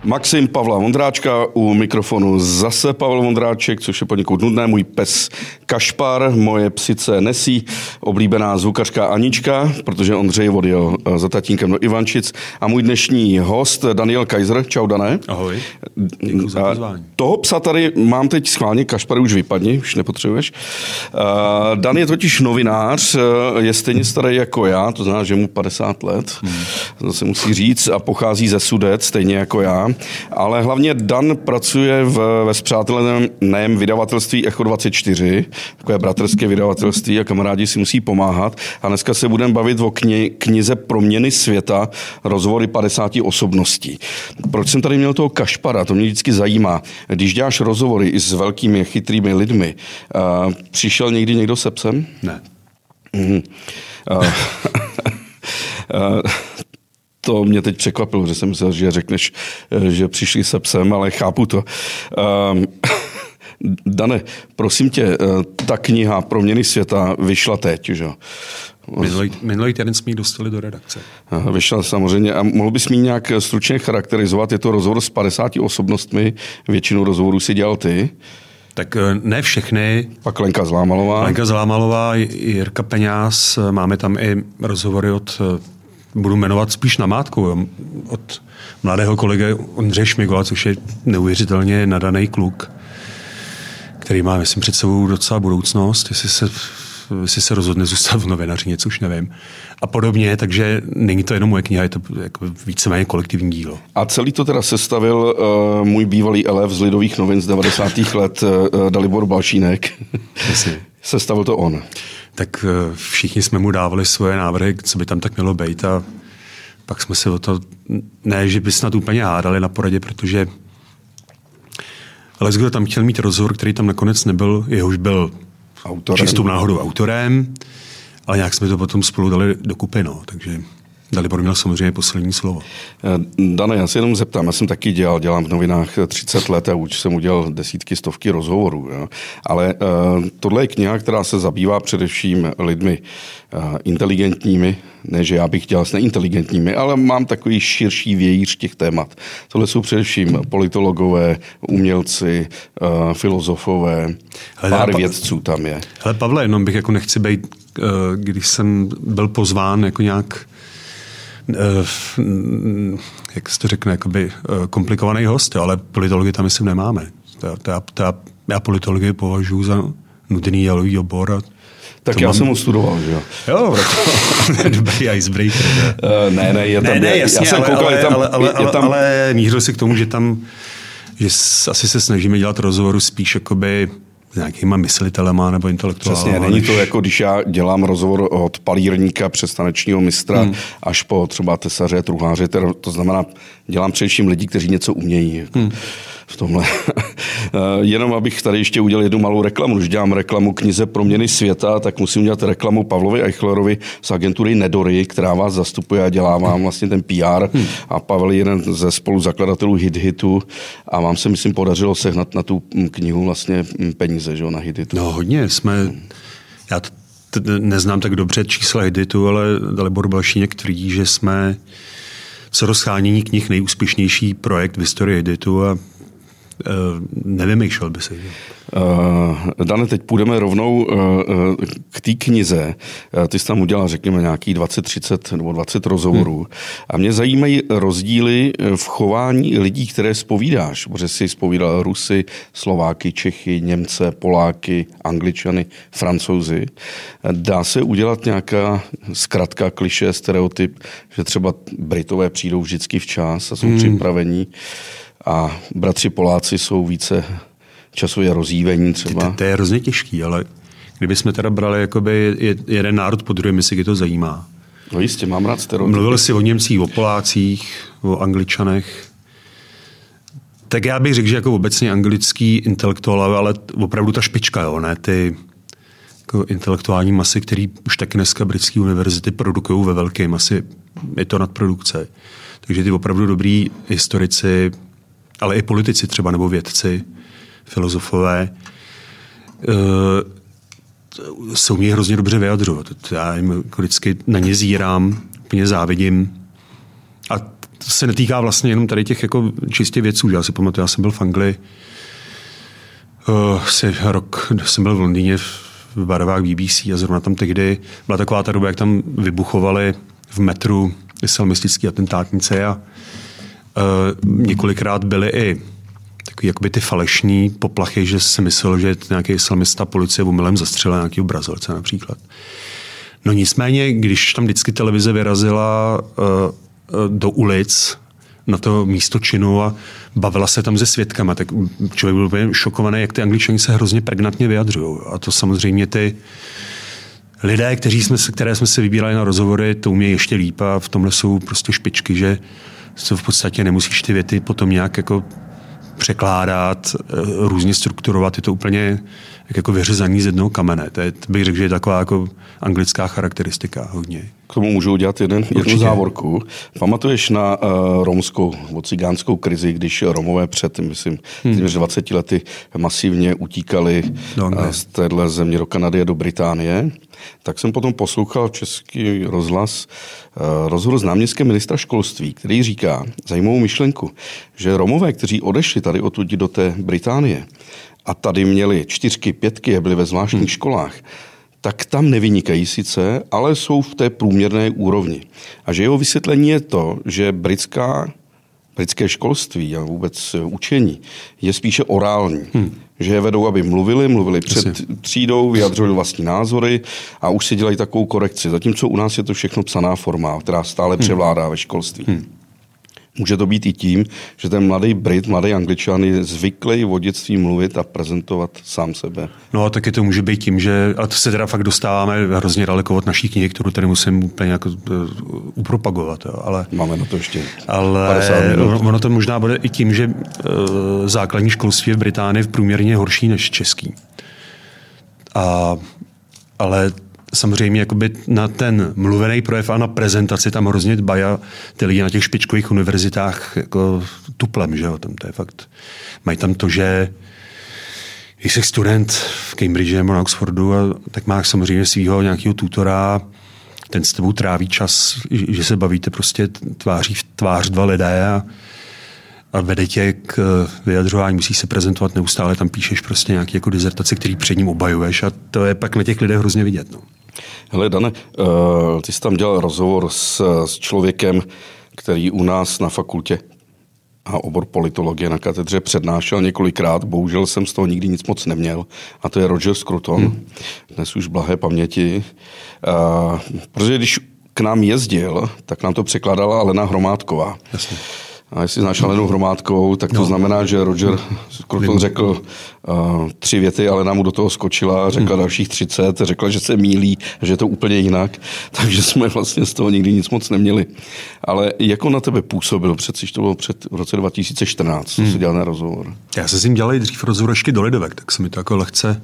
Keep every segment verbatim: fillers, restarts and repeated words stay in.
Maxim Pavla Vondráčka, u mikrofonu zase Pavel Vondráček, což je poněkud nudné, můj pes Kašpar, moje psice Nesí, oblíbená zvukařka Anička, protože Ondřej odjel za tatínkem do Ivančic, a můj dnešní host Daniel Kaiser. Čau, Dané. Ahoj, děkuji za pozvání. Toho psa tady mám teď schválně, Kašpar, už vypadni, už nepotřebuješ. Dan je totiž novinář, je stejně starý jako já, to znamená, že mu padesát let, hmm. to se musí říct, a pochází ze Sudet, stejně jako já. Ale hlavně Dan pracuje v, ve spřáteleném vydavatelství Echo dvacet čtyři, takové bratrské vydavatelství, a kamarádi si musí pomáhat. A dneska se budeme bavit o kni, knize Proměny světa, rozhovory padesáti osobností. Proč jsem tady měl toho Kašpara? To mě vždycky zajímá. Když děláš rozhovory i s velkými, chytrými lidmi, uh, přišel někdy někdo se psem? Ne. Mm. Uh, uh, To mě teď překvapilo, že jsem myslel, že řekneš, že přišli se psem, ale chápu to. Um, Dane, prosím tě, ta kniha Proměny světa vyšla teď, že? Minulý, minulý týden jsme ji dostali do redakce. Aha, vyšla samozřejmě. A mohl bys mi nějak stručně charakterizovat? Je to rozhovor s padesáti osobnostmi, většinu rozhovorů si dělal ty. Tak ne všechny. Pak Lenka Zlámalová. Lenka Zlámalová, Jirka Peňáz, máme tam i rozhovory od... Budu jmenovat spíš namátkou, od mladého kolegy Ondřeje Šmigola, což je neuvěřitelně nadaný kluk, který má, myslím, před sebou docela budoucnost, jestli se, jestli se rozhodne zůstat v novinařině, což nevím. A podobně, takže není to jenom moje kniha, je to jako víceméně kolektivní dílo. A celý to teda sestavil uh, můj bývalý elef z Lidových novin z devadesátých let, uh, Dalibor Balšínek. Sestavil to on. Tak všichni jsme mu dávali svoje návrhy, co by tam tak mělo být, a pak jsme se o to, ne, že by snad úplně hádali na poradě, protože Aleš, kdo tam chtěl mít rozhovor, který tam nakonec nebyl, jehož byl autorem. Čistou náhodou autorem, ale nějak jsme to potom spolu dali dokupy, no, takže Dalibor měl samozřejmě poslední slovo. Dane, já se jenom zeptám, já jsem taky dělal, dělám v novinách třicet let a už jsem udělal desítky, stovky rozhovorů. Jo. Ale uh, tohle je kniha, která se zabývá především lidmi uh, inteligentními, ne, že já bych dělal s neinteligentními, ale mám takový širší vějíř těch témat. Tohle jsou především politologové, umělci, uh, filozofové, hele, pár pa- vědců tam je. Hele, Pavle, jenom bych jako nechci být, uh, když jsem byl pozván jako nějak jak se to řekne, jakoby komplikovaný host, ale politologii tam myslím nemáme. To, to, to, já, já politologii považuji za nudný jalový obor. A tak já mám... jsem ho studoval, že jo? Jo, dobrý icebreaker. Uh, ne, ne, je tam... Ne, ne, jasně, já jsem ale, koukal, ale, tam, ale, ale, je tam... ale mířil si k tomu, že tam, že asi se snažíme dělat rozhovoru spíš jakoby s nějakýma myslitelema nebo intelektuálama. Přesně, není to jako když já dělám rozhovor od palírníka přes tanečního mistra hmm. až po třeba tesaře, truhláře, to znamená, dělám především lidi, kteří něco umějí. Jako hmm. v tomhle. Jenom abych tady ještě udělal jednu malou reklamu. Když dělám reklamu knize Proměny světa, tak musím dělat reklamu Pavlovi Eichlerovi z agentury Nedory, která vás zastupuje a dělá vám vlastně ten P R. Hmm. A Pavel je jeden ze spoluzakladatelů Hit Hitu a vám se, myslím, podařilo sehnat na tu knihu vlastně peníze, že, na Hit Hitu. No hodně. Jsme... Já t- t- neznám tak dobře čísla Hit Hitu, ale Dalibor Balšínek tvrdí, že jsme co do shánění knih nejúspěšnější projekt v historii Hit Hitu a Uh, nevymýšlel by se. Uh, Dane, teď půjdeme rovnou uh, k té knize. Uh, ty jsi tam udělal, řekněme, nějaký dvacet, třicet nebo dvacet rozhovorů. Hmm. A mě zajímají rozdíly v chování lidí, které zpovídáš. Protože jsi zpovídal Rusy, Slováky, Čechy, Němce, Poláky, Angličany, Francouzi. Dá se udělat nějaká zkratka, klišé, stereotyp, že třeba Britové přijdou vždycky včas a jsou hmm. připravení, a bratři Poláci jsou více časově rozjívení třeba. To, to je hrozně těžký, ale kdybychom teda brali jakoby jeden národ po druhém, jestli to zajímá. No jistě, mám rád stereotypy. Mluvil jsi o Němcích, o Polácích, o Angličanech. Tak já bych řekl, že jako obecně anglický intelektuál, ale opravdu ta špička, jo, ne ty jako intelektuální masy, který už taky dneska britské univerzity produkují ve velké masy. Je to nadprodukce. Takže ty opravdu dobrý historici, ale i politici třeba, nebo vědci, filozofové, se umějí hrozně dobře vyjadřovat. Já jim vždycky na ně zírám, úplně závidím. A to se netýká vlastně jenom tady těch jako čistě věců. Já si pamatuju, já jsem byl v Anglii, uh, si rok jsem byl v Londýně v barvách B B C a zrovna tam tehdy byla taková ta doba, jak tam vybuchovaly v metru islamistický atentátnice a uh, několikrát byly i takový jakoby ty falešní poplachy, že si myslel, že nějaký islamista policie omylem zastřelil nějakého Brazilce například. No nicméně, když tam vždycky televize vyrazila uh, do ulic na to místo činu a bavila se tam se svědkama, tak člověk byl úplně šokovaný, jak ty Angličani se hrozně pregnantně vyjadřují. A to samozřejmě ty lidé, kteří jsme, které jsme se vybírali na rozhovory, to umějí ještě líp a v tomhle jsou prostě špičky, že v podstatě nemusíš ty věty potom nějak jako překládat, různě strukturovat, je to úplně jako vyřezaný z jednoho kamene. To je, bych řekl, že je taková jako anglická charakteristika hodně. K tomu můžu udělat jeden, jednu závorku. Pamatuješ na uh, romskou, cigánskou krizi, když Romové před, myslím, hmm. dvaceti lety masivně utíkali no, uh, z téhle země do Kanady a do Británie? Tak jsem potom poslouchal český rozhlas uh, rozhovor s náměstkem ministra školství, který říká zajímavou myšlenku, že Romové, kteří odešli tady odtud do té Británie a tady měli čtyřky, pětky a byli ve zvláštních hmm. školách, tak tam nevynikají sice, ale jsou v té průměrné úrovni. A že jeho vysvětlení je to, že britská, britské školství a vůbec učení je spíše orální. Hmm. Že je vedou, aby mluvili, mluvili před Asi. třídou, vyjadřovali vlastní názory a už si dělají takovou korekci. Zatímco u nás je to všechno psaná forma, která stále převládá hmm. ve školství. Hmm. Může to být i tím, že ten mladý Brit, mladý Angličan je zvyklý od dětství mluvit a prezentovat sám sebe. No a taky to může být tím, že, a to se teda fakt dostáváme hrozně daleko od naší knihy, kterou tady musím úplně jako uh, upropagovat. Jo, ale, Máme na to ještě ale ono to možná bude i tím, že uh, základní školství v Británii je průměrně horší než český. A, ale samozřejmě jakoby na ten mluvený projev a na prezentaci tam hrozně dbají a ty lidi na těch špičkových univerzitách jako tuplem, že jo, tam to je fakt. Mají tam to, že když jsi student v Cambridge nebo na Oxfordu, a, tak máš samozřejmě svýho nějakého tutora, ten s tebou tráví čas, že se bavíte prostě tváří v tvář dva lidé a, a vede tě k vyjadřování, musíš se prezentovat neustále, tam píšeš prostě nějaké jako dizertace, který před ním obhajuješ a to je pak na těch lidech hrozně vidět. No. Hele, Dane, ty jsi tam dělal rozhovor s, s člověkem, který u nás na fakultě a obor politologie na katedře přednášel několikrát, bohužel jsem z toho nikdy nic moc neměl, a to je Roger Scruton, hmm. dnes už blahé paměti, uh, protože když k nám jezdil, tak nám to překládala Alena Hromádková. Jasně. A jestli znáš Alenu Hromádkovou, tak to no. znamená, že Roger Scruton řekl uh, tři věty, Alena mu do toho skočila, řekla hmm. dalších třicet, řekla, že se mýlí, že je to úplně jinak, takže jsme vlastně z toho nikdy nic moc neměli. Ale jako na tebe působil, přeci to bylo před v roce dva tisíce čtrnáct, co hmm. jsi dělal na rozhovor? Já se s ním dělal dřív rozhovor ještě do Lidovek, tak se mi to jako lehce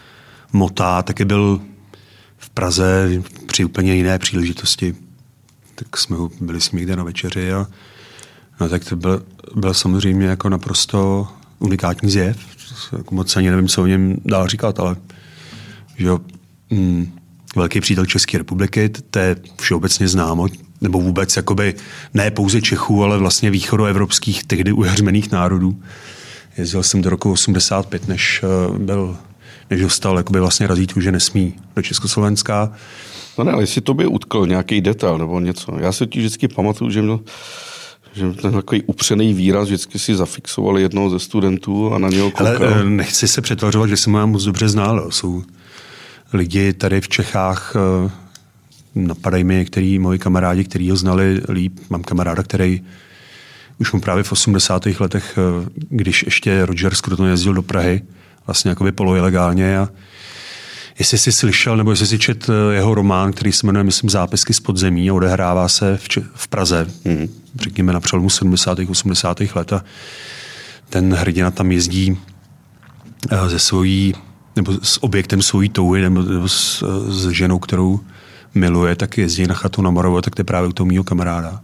motá, taky byl v Praze při úplně jiné příležitosti, tak jsme byli s ním někde na večeři a no tak to byl, byl samozřejmě jako naprosto unikátní zjev. Jako moc ani nevím, co o něm dál říkat, ale že mm, velký přítel České republiky, to je všeobecně známo, nebo vůbec jakoby ne pouze Čechů, ale vlastně východoevropských tehdy ujařmených národů. Jezdil jsem do roku osmdesát pět, než byl, než dostal jakoby vlastně razítku, že nesmí do Československa. No ne, ale jestli tobě utkl nějaký detail nebo něco. Já se ti vždycky pamatuju, že měl že ten takový upřený výraz vždycky si zafixovali jednoho ze studentů a na něho koukal. Ale nechci se přetvařovat, že jsem ho moc dobře znal. Jsou lidi tady v Čechách, napadají mi některý moji kamarádi, kteří ho znali líp. Mám kamaráda, který už mu právě v osmdesátých letech, když ještě Roger Scruton jezdil do Prahy, vlastně jakoby poloilegálně, a jestli jsi slyšel, nebo jestli jsi čet jeho román, který se jmenuje, myslím, Zápisky z podzemí a odehrává se v, Č- v Praze, mm. řekněme na přelomu sedmdesátých osmdesátých let, a ten hrdina tam jezdí ze svojí, nebo s objektem svojí touhy, nebo, nebo s, s ženou, kterou miluje, tak jezdí na chatu na Moravu, tak to je právě u toho mýho kamaráda.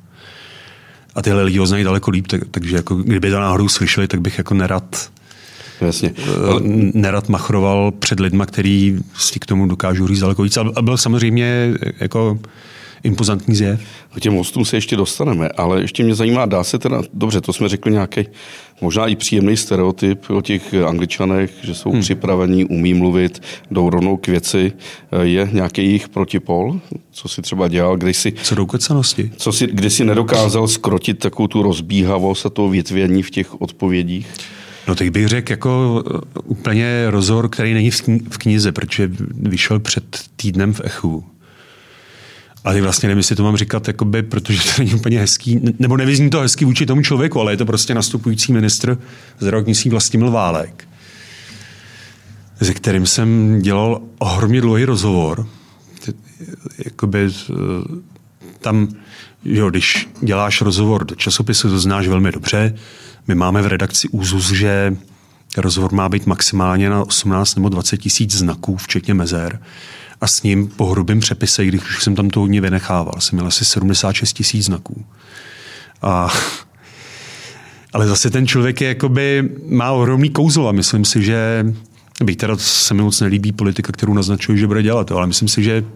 A tyhle lidi ho znají daleko líp, tak, takže jako, kdyby to náhodou slyšeli, tak bych jako nerad Jasně. Ale nerad machroval před lidma, který si k tomu dokážou říct daleko víc. A byl samozřejmě jako impozantní zjev. K těm hostům se ještě dostaneme, ale ještě mě zajímá, dá se teda, dobře, to jsme řekli nějaký možná i příjemný stereotyp o těch Angličanech, že jsou hmm. připravení, umí mluvit, jdou rovnou k věci. Je nějaký jejich protipol? Co si třeba dělal, když si... Co do kecanosti? Co si, kdy si nedokázal skrotit takovou tu rozbíhavost a to větvění v těch odpovědích? No teď bych řekl jako úplně rozhovor, který není v knize, protože vyšel před týdnem v Echu. Ale vlastně nevím, jestli to mám říkat, jakoby, protože to není úplně hezký, nebo nevyzní to hezký vůči tomu člověku, ale je to prostě nastupující ministr zdravotnictví Vlastimil Válek, se kterým jsem dělal ohromně dlouhý rozhovor. Jakoby tam, jo, když děláš rozhovor do časopisu, to znáš velmi dobře. My máme v redakci úzus, že rozhovor má být maximálně na osmnáct nebo dvacet tisíc znaků, včetně mezer. A s ním po hrubým přepise, když už jsem tam to hodně vynechával, jsem měl asi sedmdesát šest tisíc znaků. A, ale zase ten člověk je, jakoby, má ohromný kouzlo a myslím si, že byť teda se mi moc nelíbí politika, kterou naznačuje, že bude dělat, ale myslím si, že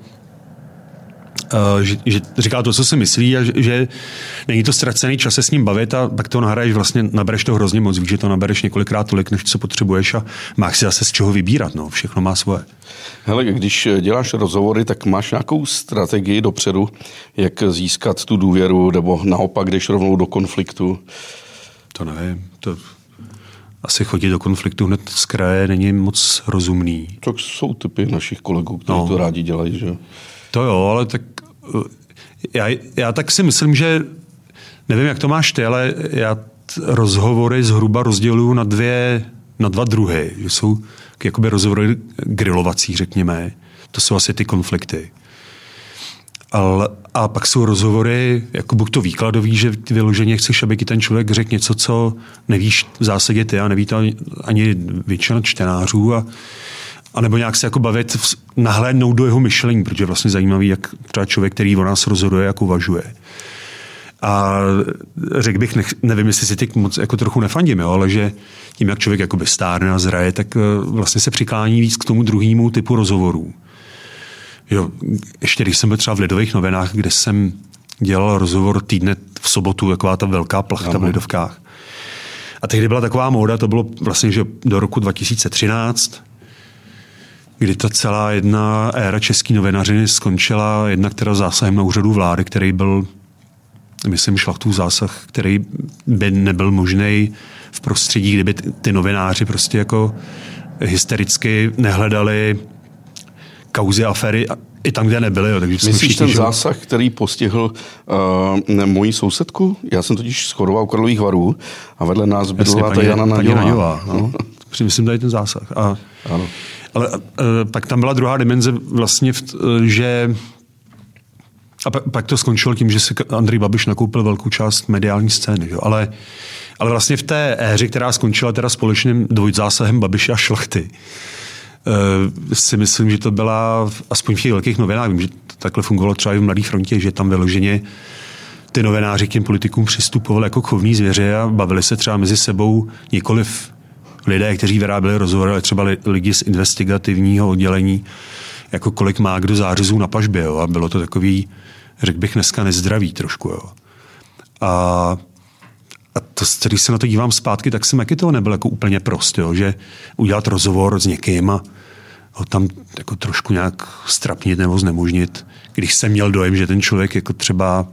Uh, že, že říká to, co si myslí a že, že není to ztracený čas se s ním bavit a pak to nahraješ, vlastně nabereš to hrozně moc, víš, že to nabereš několikrát tolik, než co potřebuješ a máš si zase z čeho vybírat, no, všechno má svoje. Hele, když děláš rozhovory, tak máš nějakou strategii dopředu, jak získat tu důvěru, nebo naopak jdeš rovnou do konfliktu? To nevím, to asi chodit do konfliktu hned z kraje není moc rozumný. Tak jsou typy našich kolegů, kteří no. to rádi dělají, že? To jo, ale tak já, já tak si myslím, že nevím, jak to máš ty, ale já rozhovory zhruba rozděluju na dvě, na dva druhy. Že jsou jakoby rozhovory grilovací, řekněme. To jsou asi ty konflikty. Ale, a pak jsou rozhovory, jako buď to výkladový, že ty vyloženě chceš, aby ti ten člověk řekl něco, co nevíš v zásadě ty a neví to ani většina čtenářů a A nebo nějak se jako bavit, nahlédnout do jeho myšlení, protože je vlastně zajímavý, jak třeba člověk, který o nás rozhoduje, jak uvažuje. A řekl bych, nech, nevím, jestli si teď moc jako trochu nefandím, jo, ale že tím, jak člověk jakoby stárne a zraje, tak vlastně se přiklání víc k tomu druhému typu rozhovorů. Jo, ještě když jsem byl třeba v Lidových novinách, kde jsem dělal rozhovor týdne v sobotu, taková ta velká plachta v Lidovkách. A tehdy byla taková móda, to bylo vlastně že do roku dva tisíce třináct, kdy ta celá jedna éra české novinařiny skončila jednak teda zásahem na úřadu vlády, který byl, myslím, Šlachtův zásah, který by nebyl možný v prostředí, kdyby ty novináři prostě jako hystericky nehledali kauzy, aféry i tam, kde nebyly. Jo. Takže myslíš ten zásah, který postihl uh, moji sousedku? Já jsem totiž z Chorova u Karlových Varů a vedle nás bydlela ta Jana Naďová. No. Myslím, tady ten zásah. A, ano. Ale uh, pak tam byla druhá dimenze vlastně, v, uh, že a pak, pak to skončilo tím, že si Andrej Babiš nakoupil velkou část mediální scény. Jo. Ale, ale vlastně v té éře, která skončila teda společným dvojzásahem Babiše a Šlachty, uh, si myslím, že to byla aspoň v těch velkých novinách, vím, že to takhle fungovalo třeba i v Mladé frontě, že tam vyloženě ty novináři k těm politikům přistupovali jako chovní zvěře a bavili se třeba mezi sebou nikoliv lidé, kteří vyráběli rozhovory, ale třeba lidi z investigativního oddělení, jako kolik má kdo zářezů na pažbě. Jo? A bylo to takový, řekl bych, dneska nezdravý trošku. Jo? A, a to, když se na to dívám zpátky, tak jsem jaký toho nebyl jako úplně prost, jo? Že udělat rozhovor s někým a ho tam jako trošku nějak strapnit nebo znemožnit. Když jsem měl dojem, že ten člověk jako třeba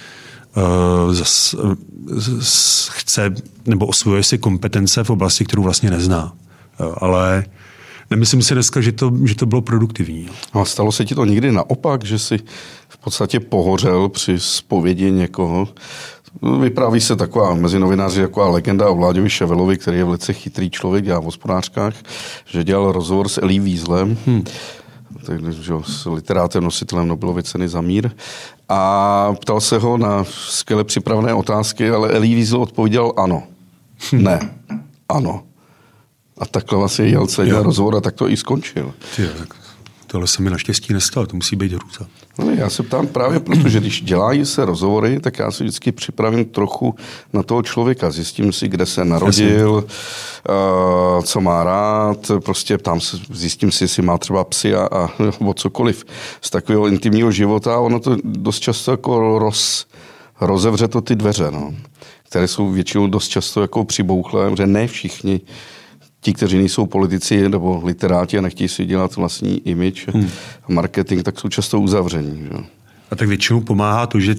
uh, zas, uh, z, chce nebo osvojuje si kompetence v oblasti, kterou vlastně nezná. Jo? Ale nemyslím si dneska, že to, že to bylo produktivní. A stalo se ti to někdy naopak, že jsi v podstatě pohořel při zpovědi někoho? Vypráví se taková mezi novináři taková legenda o Vláďovi Ševelovi, který je velice chytrý člověk, dělá v hospodářkách, že dělal rozhovor s Elí Vízlem, hmm. takže s literátem, nositelem Nobelovy ceny za mír. A ptal se ho na skvěle připravené otázky, ale Elí Vízl odpověděl ano. Hmm. Ne. Ano. A takhle vlastně jel celý rozhovor a tak to i skončil. Tyjo, tak tohle se mi naštěstí nestalo, to musí být hrůza. No, já se ptám právě proto, že když dělají se rozhovory, tak já si vždycky připravím trochu na toho člověka. Zjistím si, kde se narodil, uh, co má rád, prostě ptám se, zjistím si, jestli má třeba psy a, a nebo cokoliv z takového intimního života. A ono to dost často jako roz, rozevře to ty dveře, no, které jsou většinou dost často jako přibouchlé, protože ne všichni ti, kteří nejsou politici nebo literáti a nechtějí si dělat vlastní image hmm. a marketing, tak jsou často uzavření. Že? A tak většinou pomáhá to, že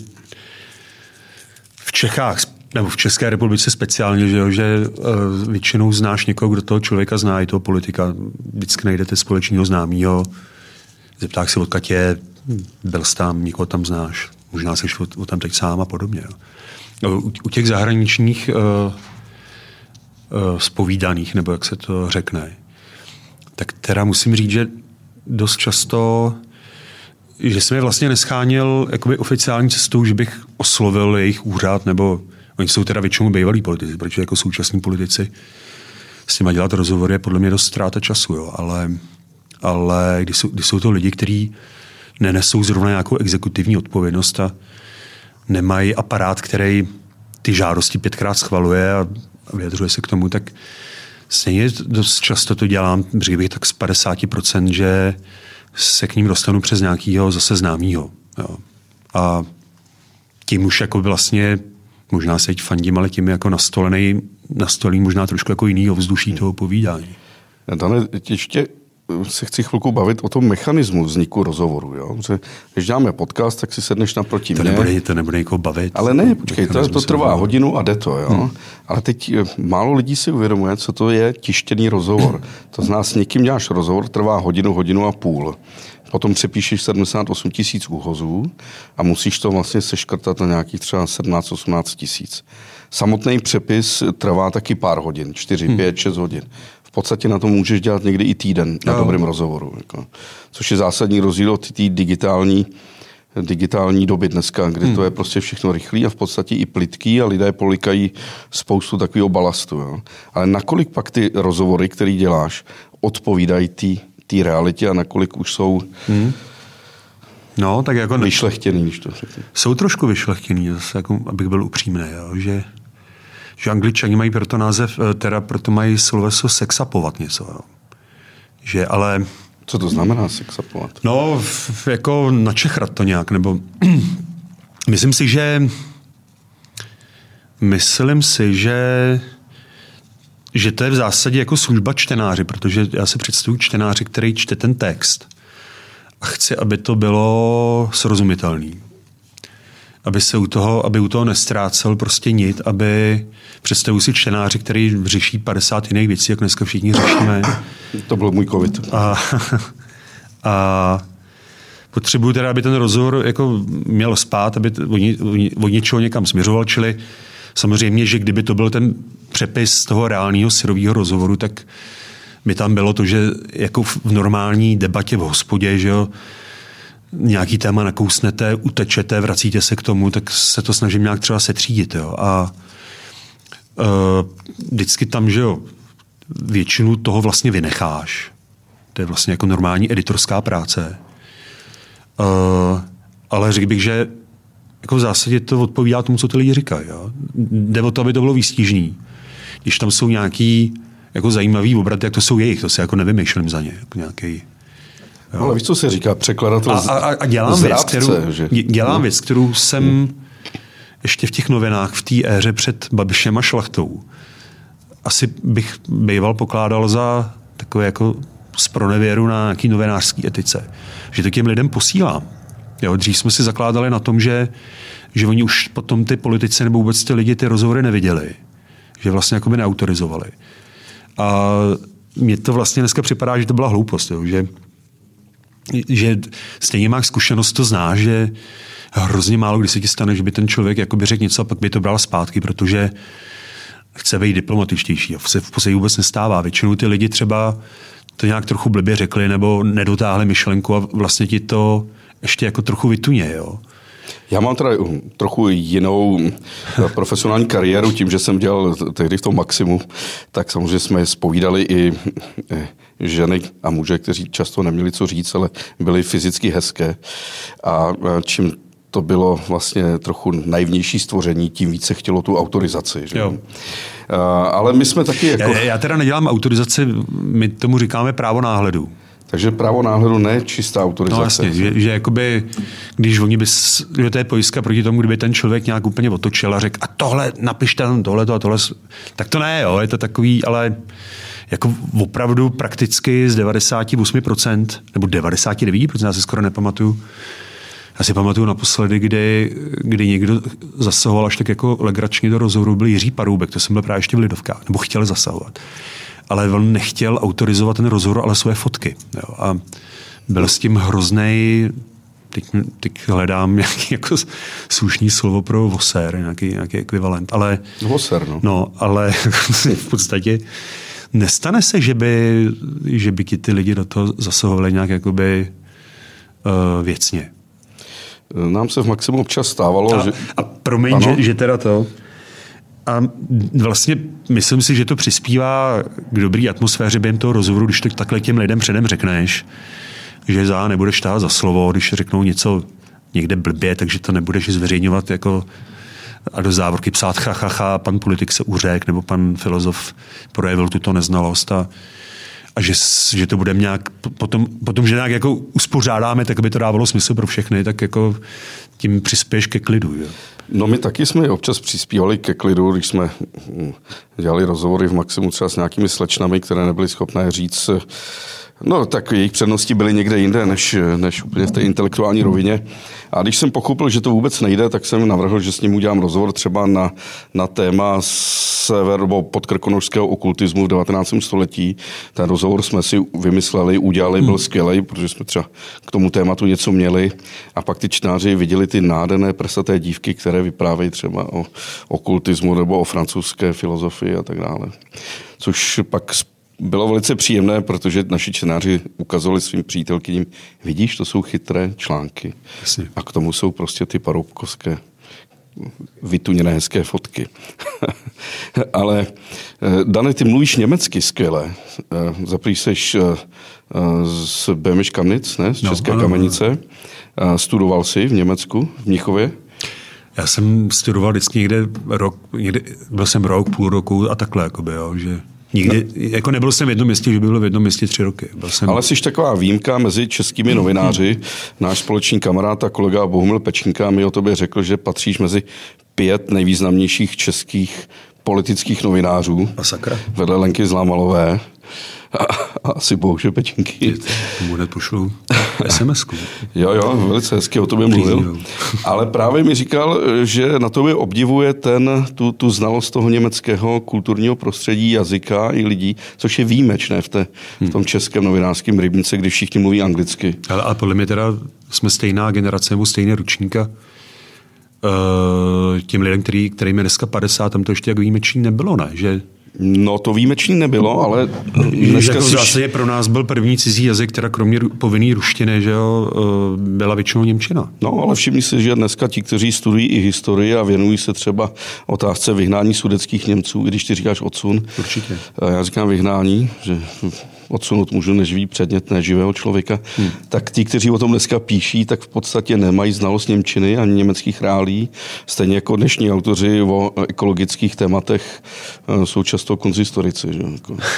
v Čechách, nebo v České republice speciálně, že, že uh, většinou znáš někoho, kdo toho člověka zná, i toho politika. Vždycky najdete společného známýho, zeptáš se, odkud je, byl jsi tam, někoho tam znáš, možná jsi o tam teď sám a podobně. U, u těch zahraničních uh, zpovídaných, nebo jak se to řekne. Tak teda musím říct, že dost často, že jsem je vlastně nescháněl jakoby oficiální cestou, že bych oslovil jejich úřad, nebo oni jsou teda většinou bývalí politici, protože jako současní politici s nimi dělat rozhovory je podle mě dost ztráta času, jo. Ale, ale když, jsou, když jsou to lidi, kteří nenesou zrovna nějakou exekutivní odpovědnost a nemají aparát, který ty žádosti pětkrát schvaluje a vyjadřuje se k tomu, tak stejně dost často to dělám, řekl bych tak z padesát procent, že se k ním dostanu přes nějakýho zase známýho. Jo. A tím už jako vlastně, možná se teď fandím, ale tím jako nastolený, nastolí možná trošku jako jiný ovzduší toho povídání. Dane, ještě se chci chvilku bavit o tom mechanismu vzniku rozhovoru. Jo? Protože když děláme podcast, tak si sedneš naproti to mě. Nebude, to nebude někoho bavit. Ale ne, počkej, to, to trvá hodinu a jde to. Jo? Hmm. Ale teď málo lidí si uvědomuje, co to je tištěný rozhovor. To znamená, s někým děláš rozhovor, trvá hodinu, hodinu a půl. Potom přepíšeš sedmdesát osm tisíc úhozů a musíš to vlastně seškrtat na nějakých třeba sedmnáct osmnáct tisíc. Samotný přepis trvá taky pár hodin, čtyři, pět, šest hodin. V podstatě na to můžeš dělat někdy i týden na no. dobrém rozhovoru. Jako. Což je zásadní rozdíl od té digitální, digitální doby dneska, kdy hmm. to je prostě všechno rychlý a v podstatě i plytký a lidé polikají spoustu takového balastu. Jo. Ale nakolik pak ty rozhovory, které děláš, odpovídají té realitě a nakolik už jsou hmm. no, tak jako vyšlechtěný, když to řeknu. Jsou trošku vyšlechtěný, zase jako, abych byl upřímný, jo, že že Angličani mají proto název, teda proto mají sloveso sexapovat něco. Jo. Že ale... Co to znamená sexapovat? No, f, jako načechrat to nějak, nebo... myslím si, že... Myslím si, že... že to je v zásadě jako služba čtenáři, protože já si představuji čtenáři, který čte ten text a chci, aby to bylo srozumitelný. Aby se u toho, aby u toho nestrácel prostě nit, aby představuji si čtenáři, který řeší padesát jiných věcí, jak dneska všichni řešíme. To byl můj covid. A, a potřebuji teda, aby ten rozhovor jako měl spát, aby od něčeho někam směřoval, čili samozřejmě, že kdyby to byl ten přepis toho reálného syrového rozhovoru, tak by tam bylo to, že jako v normální debatě v hospodě, že jo, nějaký téma nakousnete, utečete, vracíte se k tomu, tak se to snažím nějak třeba setřídit. Jo. A uh, vždycky tam, že jo, většinu toho vlastně vynecháš. To je vlastně jako normální editorská práce. Uh, ale řekl bych, že jako v zásadě to odpovídá tomu, co ty lidi říkají. Jo. Jde o to, aby to bylo výstižný. Když tam jsou nějaký jako zajímavý obraty, jak to jsou jejich, to se jako nevymýšlím za ně. Jako nějaký. Jo. Ale víš, co se říká? Překladatel a, a, a dělám z věc, rádce, kterou, že? dělám no. věc, kterou jsem no. ještě v těch novinách v té éře před Babišem a Šlachtou asi bych býval pokládal za takové jako zpronevěru na nějaký novinářský etice. Že to těm lidem posílám. Jo, dřív jsme si zakládali na tom, že, že oni už potom ty politici nebo vůbec ty lidi ty rozhovory neviděli. Že vlastně jakoby neautorizovali. A mně to vlastně dneska připadá, že to byla hloupost. Jo, že že stejně máš zkušenost, to znáš, že hrozně málo kdy se ti stane, že by ten člověk jakoby řekl něco a pak by to bral zpátky, protože chce být diplomatičtější. A se v podstatě vůbec nestává. Většinou ty lidi třeba to nějak trochu blbě řekli nebo nedotáhli myšlenku a vlastně ti to ještě jako trochu vytuně. Jo? Já mám teda trochu jinou profesionální kariéru, tím, že jsem dělal tehdy v tom Maximu, tak samozřejmě jsme zpovídali i ženy a muže, kteří často neměli co říct, ale byly fyzicky hezké. A čím to bylo vlastně trochu naivnější stvoření, tím více chtělo tu autorizaci. Že? Jo. Ale my jsme taky jako... Já, já teda nedělám autorizaci, my tomu říkáme právo náhledu. Takže právo náhledu ne čistá autorizace. No jasně, že, že jakoby, když oni by, že to je pojistka proti tomu, kdyby ten člověk nějak úplně otočil a řekl, a tohle, napište tam tohle a tohle, tak to ne, jo, je to takový, ale jako opravdu prakticky z devadesát osm procent, nebo devadesát devět procent, já si skoro nepamatuju, já si pamatuju naposledy, kdy, kdy někdo zasahoval až tak jako legračně do rozhovoru, byl Jiří Paroubek, to jsem byl právě ještě v Lidovkách, nebo chtěl zasahovat. Ale on nechtěl autorizovat ten rozhovor, ale svoje fotky. Jo. A byl s tím hroznej, teď, teď hledám nějaký jako slušný slovo pro vosér, nějaký, nějaký ekvivalent. Ale, vosér, no. No, ale v podstatě nestane se, že by, že by ti ty lidi do toho zasahovali nějak jakoby uh, věcně. Nám se v Maximu občas stávalo, a, že... A promiň, že, že teda to... A vlastně myslím si, že to přispívá k dobrý atmosféře během toho rozhovoru, když to takhle těm lidem předem řekneš, že za nebudeš tát za slovo, když řeknou něco někde blbě, takže to nebudeš zveřejňovat jako a do závorky psát cha, cha, cha, pan politik se uřek, nebo pan filozof projevil tuto neznalost a, a že, že to budeme nějak, potom, potom, že nějak jako uspořádáme, tak by to dávalo smysl pro všechny, tak jako tím přispěješ ke klidu. Jo. No my taky jsme občas přispívali ke klidu, když jsme dělali rozhovory v Maximu třeba s nějakými slečnami, které nebyly schopné říct, no tak jejich přednosti byly někde jinde, než, než úplně v té intelektuální rovině. A když jsem pochopil, že to vůbec nejde, tak jsem navrhl, že s ním udělám rozhovor třeba na, na téma sever nebo podkrkonošského okultismu v devatenáctém století. Ten rozhovor jsme si vymysleli, udělali, byl skvělý, protože jsme třeba k tomu tématu něco měli. A pak ty čtenáři viděli ty nádherné prsaté dívky, které vyprávějí třeba o okultismu nebo o francouzské filozofii a tak dále. Což pak bylo velice příjemné, protože naši čtenáři ukazovali svým přítelkyním, vidíš, to jsou chytré články. Jasně. A k tomu jsou prostě ty paroubkovské vytuněné hezké fotky. Ale Dane, ty mluvíš německy skvěle. Zaprý seš z Böhmisch Kamnitz, ne? Z České no, Kamenice. No. Studoval jsi v Německu, v Mnichově? Já jsem studoval vždycky někde rok, někde, byl jsem rok, půl roku a takhle, jakoby, jo, že... Nikdy, no. Jako nebyl jsem v jednom městě, že by byl v jednom městě tři roky. Byl jsem... Ale jsi taková výjimka mezi českými novináři. Náš společný kamarád a kolega Bohumil Pečínka mi o tobě řekl, že patříš mezi pět nejvýznamnějších českých politických novinářů. A sakra. Vedle Lenky Zlámalové. A, a asi Bohuže Pečínky. Tomu hned pošlu es em esku. Jo, jo, velice hezky o tobě mluvil. Ale právě mi říkal, že na tobě obdivuje ten, tu, tu znalost toho německého kulturního prostředí, jazyka i lidí, což je výjimečné v, té, v tom českém novinářském rybníce, kdy všichni mluví anglicky. Ale, ale podle mě teda jsme stejná generace nebo stejné ručníka. Uh, těm lidem, který, kterým je dneska padesát, tam to ještě jak výjimečný nebylo, ne? Že... No to výjimečný nebylo, ale dneska jako zase pro nás byl první cizí jazyk, teda kromě povinný ruštiny, že jo, byla většinou němčina. No, ale všimni si, že dneska ti, kteří studují i historii a věnují se třeba otázce vyhnání sudetských Němců, i když ty říkáš odsun. Určitě. Já říkám vyhnání, že odsunout můžu neživý předmět neživého člověka, hmm. tak ti, kteří o tom dneska píší, tak v podstatě nemají znalost němčiny ani německých reálí. Stejně jako dnešní autoři o ekologických tématech jsou často konzistorici. Že?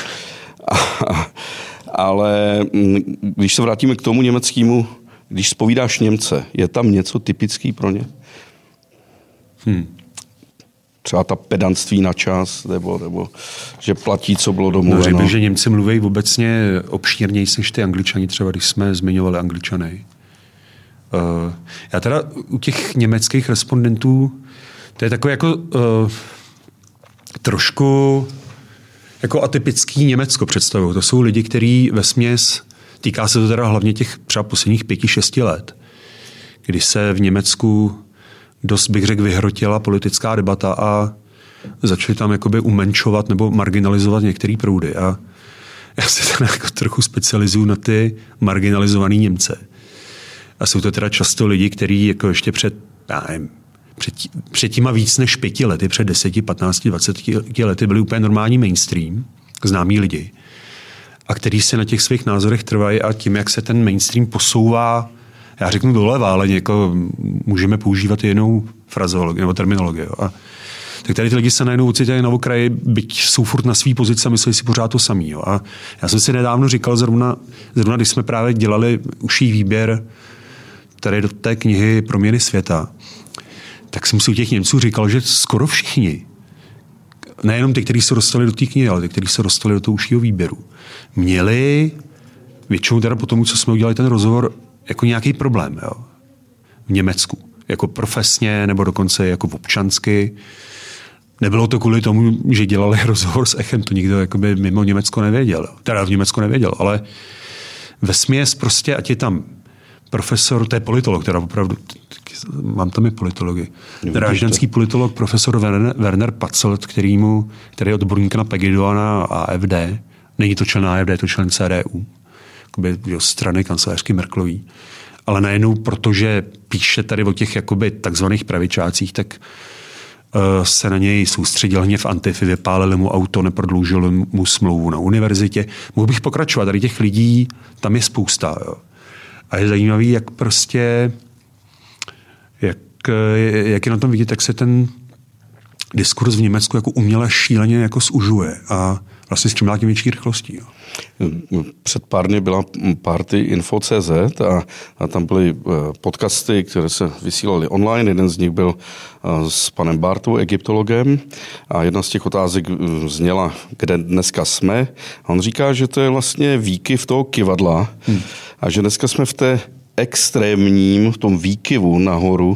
Ale když se vrátíme k tomu německému, když zpovídáš Němce, je tam něco typický pro ně? Hmm. Třeba ta pedantství na čas, nebo, nebo že platí, co bylo domluveno. No, řekl bych, že Němci mluví obecně obšírněji než ty Angličani, třeba když jsme zmiňovali Angličany. Uh, já teda u těch německých respondentů, to je takové jako uh, trošku jako atypický Německo představují. To jsou lidi, kteří vesměs, týká se to teda hlavně těch třeba posledních pěti, šesti let, kdy se v Německu dost, bych řekl, vyhrotila politická debata a začali tam jakoby umenšovat nebo marginalizovat některé proudy. A já se teda jako trochu specializuju na ty marginalizované Němce. A jsou to teda často lidi, kteří jako ještě před já nevím, před, před těma víc než pěti lety, před deseti, patnácti, dvaceti lety byli úplně normální mainstream, známí lidi, a který se na těch svých názorech trvají a tím, jak se ten mainstream posouvá, já řeknu doleva, ale jako můžeme používat jinou frazeologii nebo terminologii. Jo. A tak tady ty lidi se najednou ocitají na okraji, byť jsou furt na svý pozici a myslí si pořád to samý. Jo. A já jsem si nedávno říkal, zrovna, zrovna když jsme právě dělali užší výběr tady do té knihy Proměny světa, tak jsem si u těch Němců říkal, že skoro všichni, nejenom ty, kteří se dostali do té knihy, ale ty, kteří se dostali do toho užšího výběru, měli většinou teda po tomu, co jsme udělali ten rozhovor, jako nějaký problém, jo, v Německu. Jako profesně, nebo dokonce jako občansky. Nebylo to kvůli tomu, že dělali rozhovor s Echem, to nikdo jakoby mimo Německo nevěděl. Teda v Německu nevěděl, ale vesměs prostě, ať je tam profesor, to je politolog, teda opravdu, mám tam i politology. Drážďanský politolog, profesor Werner, Werner Patzelt, kterýmu, který je odborník na Pegidu a na A F D. Není to člen A F D, je to člen C D U. Jakoby, jo, strany kancelářky Merkelový. Ale najednou, protože píše tady o těch jakoby takzvaných pravičácích, tak uh, se na něj soustředil hněv Antify, vypálili mu auto, neprodloužili mu smlouvu na univerzitě. Mohl bych pokračovat, tady těch lidí tam je spousta. Jo. A je zajímavý, jak prostě, jak, jak je na tom vidět, jak se ten diskurs v Německu jako uměle šíleně jako zužuje a vlastně s čím dál tím větší rychlostí. Jo. Před pár dny byla party info tečka cé zet a, a tam byly podcasty, které se vysílaly online. Jeden z nich byl s panem Bartou, egyptologem, a jedna z těch otázek zněla, kde dneska jsme. A on říká, že to je vlastně výkyv toho kyvadla hmm. a že dneska jsme v té extrémním, v tom výkyvu nahoru.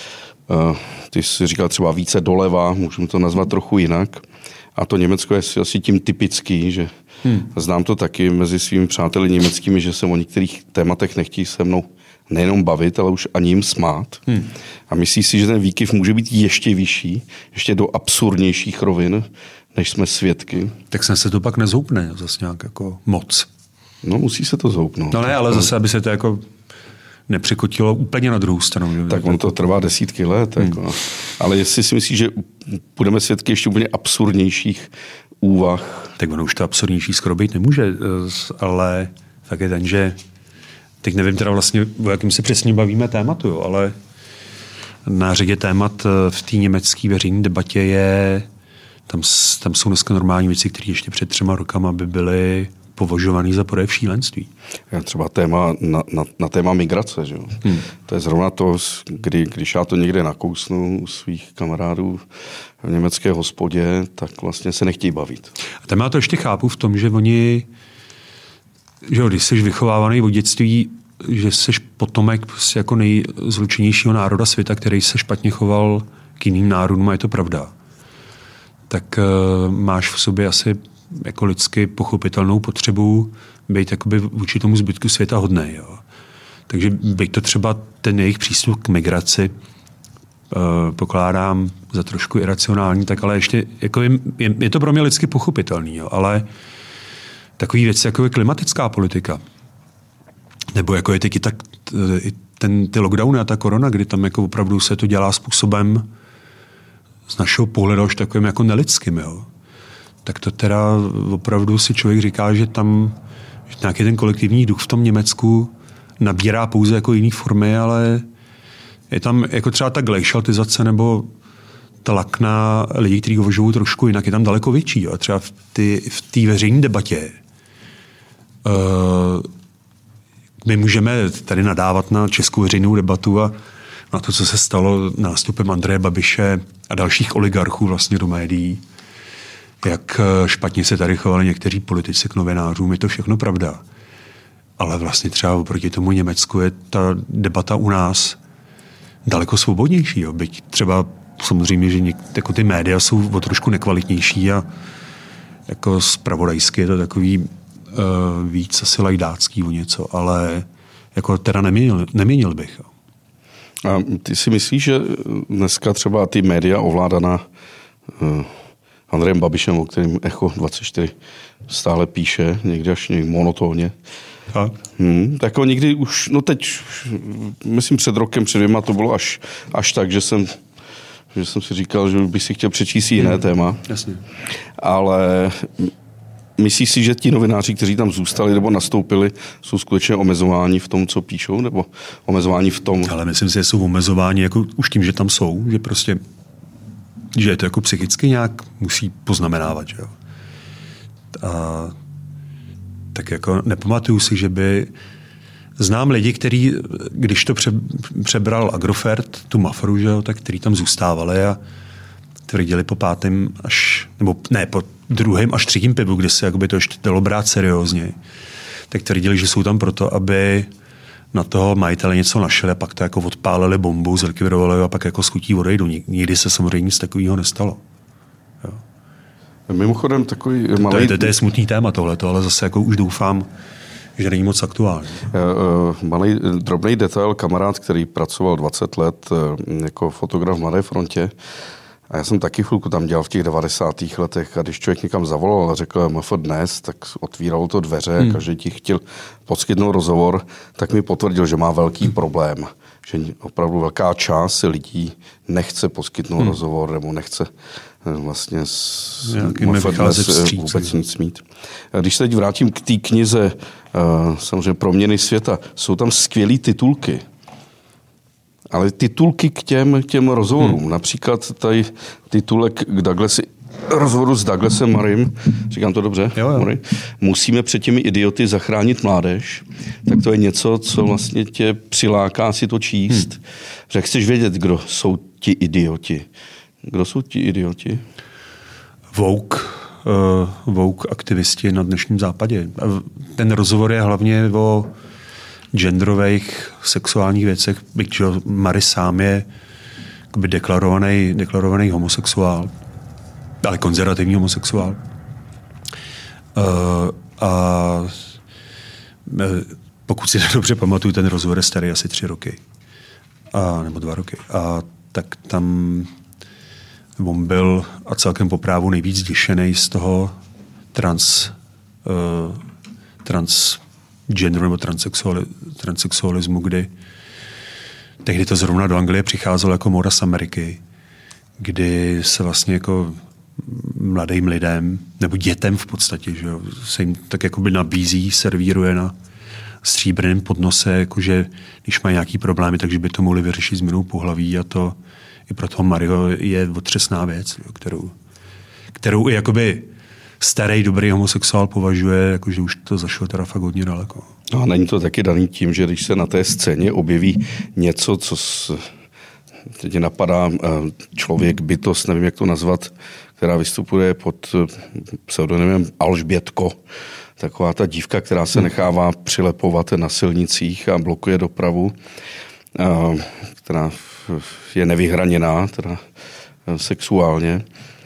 Ty jsi říkal třeba více doleva, můžeme to nazvat trochu jinak. A to Německo je asi tím typický, že hmm. znám to taky mezi svými přáteli německými, že se o některých tématech nechtějí se mnou nejenom bavit, ale už ani jim smát. Hmm. A myslíš si, že ten výkyv může být ještě vyšší, ještě do absurdnějších rovin, než jsme svědky? Tak se se to pak nezhoupne zase nějak jako moc. No musí se to zhoupnout. No ne, ale zase, aby se to jako nepřekotilo úplně na druhou stranu. Tak on to trvá desítky let. Hmm. Jako. Ale jestli si myslíš, že budeme svědky ještě úplně absurdnějších úvah? Tak ono už to absurdnější skoro být nemůže, ale fakt je ten, že teď nevím teda vlastně, o jakým se přesně bavíme tématu, jo, ale na řadě témat v té německé veřejné debatě je, tam, tam jsou dneska normální věci, které ještě před třema rokama by byly považovaný za projev šílenství. Já třeba téma, na, na, na téma migrace. Že? Hmm. To je zrovna to, kdy, když já to někde nakousnu u svých kamarádů v německé hospodě, tak vlastně se nechtějí bavit. A tam já to ještě chápu v tom, že oni, že když jsi vychovávaný od dětství, že jsi potomek prostě jako nejzlučenějšího národa světa, který se špatně choval k jiným národům, a je to pravda, tak uh, máš v sobě asi jako lidsky pochopitelnou potřebu být jakoby vůči tomu zbytku světa hodnej. Jo. Takže být to třeba ten jejich přístup k migraci uh, pokládám za trošku iracionální, tak ale ještě jako je, je, je to pro mě lidsky pochopitelný, jo, ale takový věci, jako je klimatická politika, nebo jako je teď i tak, i ten, ty lockdowny a ta korona, kdy tam jako opravdu se to dělá způsobem z našeho pohledu už takovým jako nelidským, jo. Tak to teda opravdu si člověk říká, že tam že nějaký ten kolektivní duch v tom Německu nabírá pouze jako jiný formy, ale je tam jako třeba ta glejšaltizace nebo tlak na lidi, kteří uvažují trošku jinak, je tam daleko větší. Jo. Třeba v té veřejné debatě uh, my můžeme tady nadávat na českou veřejnou debatu a na to, co se stalo nástupem Andreje Babiše a dalších oligarchů vlastně do médií, jak špatně se tady chovali někteří politici k novinářům, je to všechno pravda. Ale vlastně třeba oproti tomu Německu je ta debata u nás daleko svobodnější. Jo. Byť třeba samozřejmě, že něk, jako ty média jsou o trošku nekvalitnější a jako zpravodajsky je to takový uh, víc asi lajdácký o něco, ale jako teda neměnil, neměnil bych. Jo. A ty si myslíš, že dneska třeba ty média ovládaná uh, Andrejem Babišem, o kterém Echo dvacet čtyři stále píše, někdy až někdy monotónně. Tak. Hmm, tak jako někdy už, no teď, myslím před rokem, před dvěma to bylo až, až tak, že jsem, že jsem si říkal, že bych si chtěl přečíst jiné hmm. téma. Jasně. Ale myslíš si, že ti novináři, kteří tam zůstali nebo nastoupili, jsou skutečně omezováni v tom, co píšou, nebo omezováni v tom? Ale myslím si, že jsou omezováni jako už tím, že tam jsou, že prostě, že je to jako psychicky nějak musí poznamenávat, že jo. A tak jako nepamatuju si, že by... Znám lidi, kteří, když to pře, přebral Agrofert, tu Mafru, že jo, tak který tam zůstávali a tvrdili po pátém až, nebo ne, po druhém až třetím pivu, kde se jakoby to ještě dalo brát seriózně, tak tvrdili, že jsou tam proto, aby na toho majitele něco našli a pak to jako odpálili bombu, zlikvidovali a pak jako schutí odejdou. Nikdy se samozřejmě nic takového nestalo. Jo. Mimochodem takový malý... To je, to, to je smutný téma tohleto, ale zase jako už doufám, že není moc aktuální. Malý drobný detail, kamarád, který pracoval dvacet let jako fotograf v Mladé frontě, a já jsem taky chvilku tam dělal v těch devadesátých letech a když člověk někam zavolal a řekl M F dnes, tak otvíralo to dveře, hmm. každý ti chtěl poskytnout rozhovor, tak mi potvrdil, že má velký hmm. problém, že opravdu velká část lidí nechce poskytnout hmm. rozhovor nebo nechce vlastně s M F dnes vůbec nic mít. Když se teď vrátím k té knize samozřejmě Proměny světa, jsou tam skvělý titulky. Ale titulky k těm, těm rozhovorům, hmm. například tady titulek k Douglasi, rozhovoru s Douglasem Murraym, říkám to dobře, jo, jo. Murray, musíme před těmi idioty zachránit mládež, tak to je něco, co vlastně tě přiláká si to číst. Hmm. Že chceš vědět, kdo jsou ti idioti. Kdo jsou ti idioti? Vogue, uh, Vogue aktivisti na dnešním západě. Ten rozhovor je hlavně o genderových sexuálních věcech, byť Murray sám je deklarovaný, deklarovaný homosexuál, ale konzervativní homosexuál. Uh, a pokud si dobře pamatuju, ten rozhovor je starý asi tři roky. A, nebo dva roky. A tak tam on byl a celkem po právu nejvíc zděšený z toho trans, uh, trans genderu nebo transsexuali, transsexualismu, kdy tehdy to zrovna do Anglie přicházelo jako móda z Ameriky, kdy se vlastně jako mladým lidem, nebo dětem v podstatě, že jo, se jim tak jakoby nabízí, servíruje na stříbrném podnose, jakože když mají nějaký problémy, takže by to mohli vyřešit změnou pohlaví a to i pro toho Murrayho je otřesná věc, jo, kterou, kterou i jakoby starý, dobrý homosexuál považuje, jakože už to zašlo teda fakt hodně daleko. No a není to taky daný tím, že když se na té scéně objeví něco, co s, teď napadá člověk, bytost, nevím, jak to nazvat, která vystupuje pod pseudonymem Alžbětko, taková ta dívka, která se nechává přilepovat na silnicích a blokuje dopravu, která je nevyhraněná, teda sexuálně,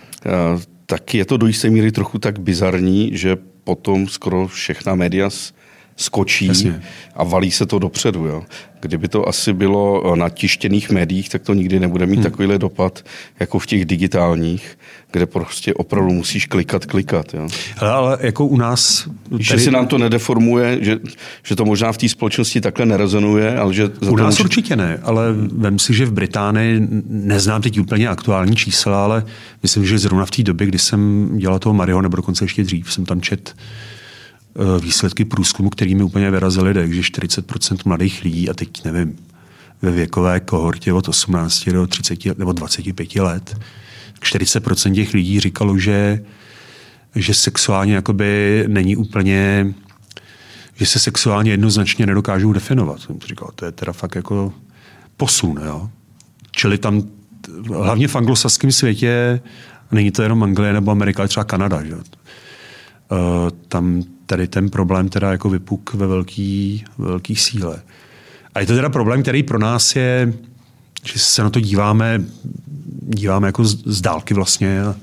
tak je to do jisté míry trochu tak bizarní, že potom skoro všechna média skočí Jasně. a valí se to dopředu. Jo. Kdyby to asi bylo na tištěných médiích, tak to nikdy nebude mít hmm. takovýhle dopad, jako v těch digitálních, kde prostě opravdu musíš klikat, klikat. Jo. Ale, ale jako u nás... Tady... Že si nám to nedeformuje, že, že to možná v té společnosti takhle nerezonuje, ale že... U nás může... určitě ne, ale vem si, že v Británii, neznám teď úplně aktuální čísla, ale myslím, že zrovna v té době, kdy jsem dělal toho Murrayho, nebo dokonce ještě dřív, jsem tam čet výsledky průzkumu, kterými úplně vyrazili, takže čtyřicet procent mladých lidí, a teď nevím, ve věkové kohortě od osmnácti do třiceti nebo dvaceti pěti let, čtyřicet procent těch lidí říkalo, že, že sexuálně jakoby není úplně, že se sexuálně jednoznačně nedokážou definovat. Jsem říkal, to je teda fakt jako posun, jo. Čili tam, hlavně v anglosaském světě, není to jenom Anglie nebo Amerika, ale třeba Kanada, že? Uh, tam tady ten problém teda jako vypuk ve velký, ve velký síle. A je to teda problém, který pro nás je, že se na to díváme, díváme jako z, z dálky vlastně, a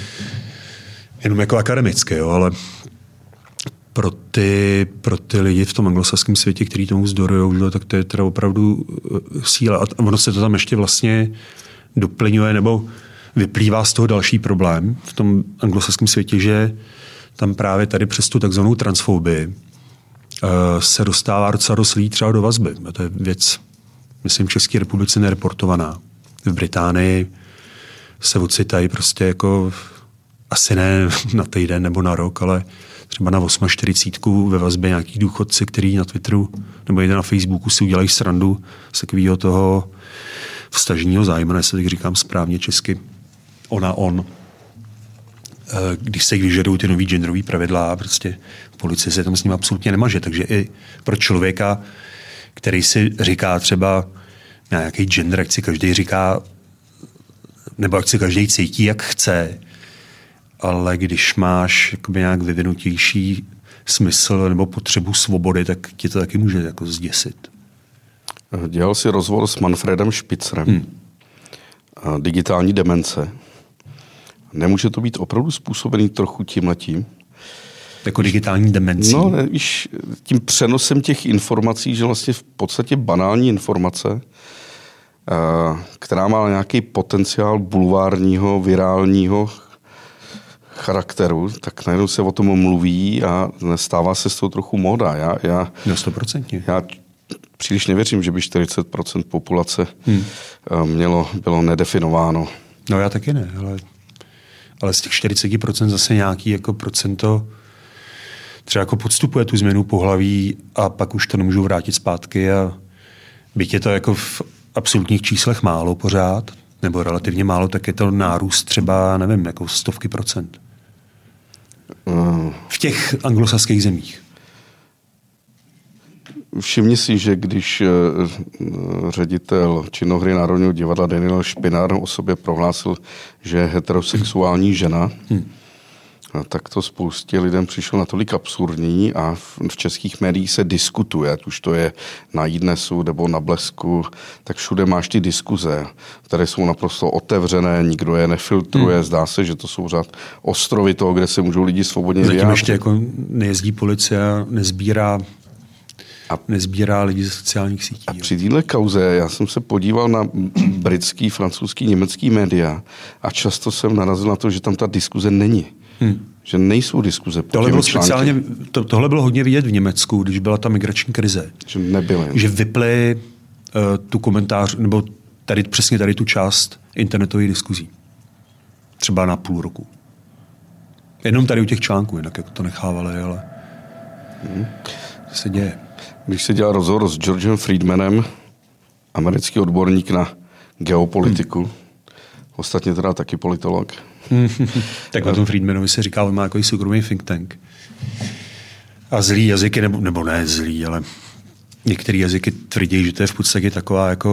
jenom jako akademicky, jo, ale pro ty, pro ty lidi v tom anglosaském světě, kteří tomu vzdorujou, tak to je teda opravdu síla. A ono se to tam ještě vlastně doplňuje, nebo vyplývá z toho další problém v tom anglosaském světě, že tam právě tady přes tu takzvanou transfobii uh, se dostává docela dost lidí třeba do vazby. A to je věc, myslím, v České republice nereportovaná. V Británii se ocitají prostě jako asi ne na týden nebo na rok, ale třeba na čtyřicítku osm ve vazbě nějaký důchodci, který na Twitteru nebo jde na Facebooku si udělají srandu z takového toho vztažního zájmu, jestli tak říkám správně česky, ona on. Když se vyžadují ty nový genderový pravidla, prostě policie se tam s ním absolutně nemaže. Takže i pro člověka, který si říká třeba nějaký gender, ať si každý říká, nebo ať si každý cítí, jak chce, ale když máš jakoby nějak vyvinutější smysl nebo potřebu svobody, tak ti to taky může jako zděsit. Dělal si rozhovor s Manfredem Špicrem. Hmm. Digitální demence. Nemůže to být opravdu způsobený trochu tímhletím? Jako digitální demencí? No, ne, víš, tím přenosem těch informací, že vlastně v podstatě banální informace, která má nějaký potenciál bulvárního, virálního charakteru, tak najednou se o tom mluví a stává se z toho trochu móda. Já, já, no sto procent. Já příliš nevěřím, že by čtyřicet procent populace hmm. mělo, bylo nedefinováno. No já taky ne, ale, ale z těch čtyřicet procent zase nějaký jako procento třeba jako podstupuje tu změnu pohlaví a pak už to nemůžu vrátit zpátky a byť je to jako v absolutních číslech málo pořád, nebo relativně málo, tak je to nárůst třeba, nevím, jako stovky procent. V těch anglosaských zemích. Všimni si, že když ředitel činohry Národního divadla Daniel Špinár o sobě prohlásil, že je heterosexuální žena, hmm. tak to spoustě lidem přišlo natolik absurdní a v českých médiích se diskutuje, ať už to je na iDnesu nebo na Blesku, tak všude máš ty diskuze, které jsou naprosto otevřené, nikdo je nefiltruje, hmm. zdá se, že to jsou řád ostrovy toho, kde se můžou lidi svobodně vyjádřit. Zatím ještě jako nejezdí policie, nezbírá a nezbírá lidi ze sociálních sítí. A při téhle kauze já jsem se podíval na britský, francouzský, německý média a často jsem narazil na to, že tam ta diskuze není. Hmm. Že nejsou diskuze. Tohle bylo, speciálně, to, tohle bylo hodně vidět v Německu, když byla ta migrační krize. Že nebyly. Že vyply uh, tu komentář, nebo tady, přesně tady tu část internetových diskuzí. Třeba na půl roku. Jenom tady u těch článků, jinak jako to nechávali, ale hmm. to se děje. Když se dělal rozhovor s Georgem Friedmanem, americký odborník na geopolitiku, hmm. ostatně teda taky politolog. Tak o tom Friedmanovi se říká, on má jako soukromý think tank. A zlý jazyky, nebo, nebo ne zlý, ale některé jazyky tvrdí, že to je v podstatě taková jako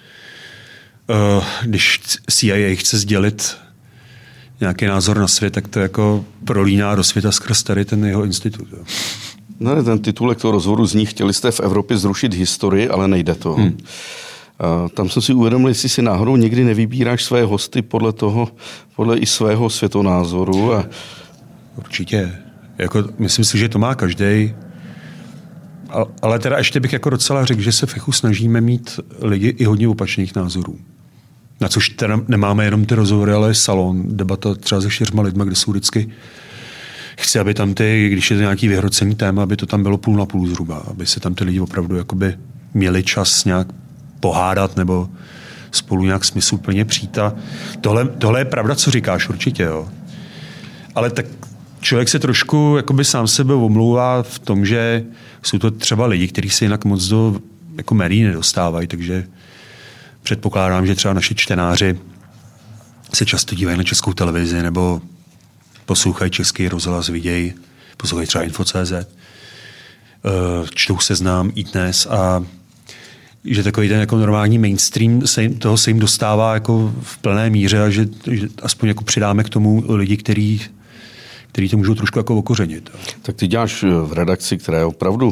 uh, když C I A chce sdělit nějaký názor na svět, tak to jako prolíná do světa skrz tady ten jeho institut. Jo. No, ten titulek toho rozhovoru zní, chtěli jste v Evropě zrušit historii, ale nejde to. Hmm. Uh, tam jsem si uvědomil, jestli si náhodou někdy nevybíráš své hosty podle toho, podle i svého světonázoru. A... Určitě. Jako, myslím si, že to má každej. Ale, ale teda ještě bych jako docela řekl, že se v Echu snažíme mít lidi i hodně opačných názorů. Na což teda nemáme jenom ty rozhovory, ale salon, debata třeba se čtyřma lidma, kde jsou vždycky chci, aby tam ty, když je to nějaký vyhrocený téma, aby to tam bylo půl na půl zhruba, aby se tam ty lidi opravdu jakoby měli čas nějak pohádat nebo spolu nějak smysluplně přijít. A tohle, tohle je pravda, co říkáš, určitě, jo. Ale tak člověk se trošku jakoby sám sebe omlouvá v tom, že jsou to třeba lidi, kteří se jinak moc do jako médií nedostávají, takže předpokládám, že třeba naši čtenáři se často dívají na Českou televizi nebo poslouchají český rozhlas, vidějí, poslouchají třeba Info tečka cé zet, čtou Seznam, iDnes a že takový ten jako normální mainstream se jim, toho se jim dostává jako v plné míře a že, že aspoň jako přidáme k tomu lidi, který, který to můžou trošku jako okořenit. Tak ty děláš v redakci, která je opravdu uh,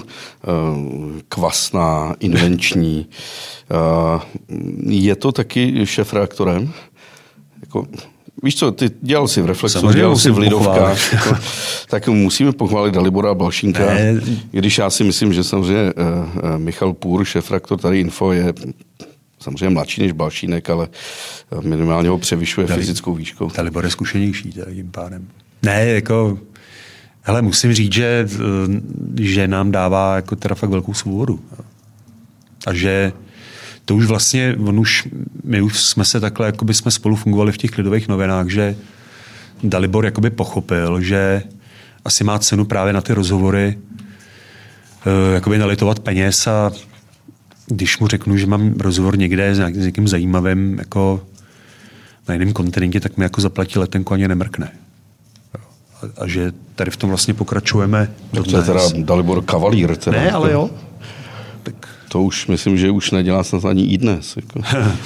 kvasná, invenční. Uh, je to taky šéfredaktorem? Jako... Víš co, ty dělal jsi v Reflexu, samozřejmě dělal jsi v Lidovkách, jako, tak musíme pochválit Dalibora Balšínka, ne. Když já si myslím, že samozřejmě uh, Michal Půr, šéfredaktor tady Info, je samozřejmě mladší než Balšínek, ale minimálně ho převyšuje Dali, fyzickou výškou. Dalibor je zkušenější tím pádem. Ne, jako, hele, musím říct, že, že nám dává jako teda fakt velkou svobodu. A že to už vlastně, on už, my už jsme se takhle, jakoby jsme spolu fungovali v těch Lidových novinách, že Dalibor jakoby pochopil, že asi má cenu právě na ty rozhovory jakoby nalitovat peněz a když mu řeknu, že mám rozhovor někde s někým zajímavým jako na jiném kontinentě, tak mi jako zaplatí letenku ani nemrkne. A, a že tady v tom vlastně pokračujeme. To je teda Dalibor Kavalír. Teda. Ne, ale jo. Tak. To už myslím, že už nedělá snad ani i dnes. Jako.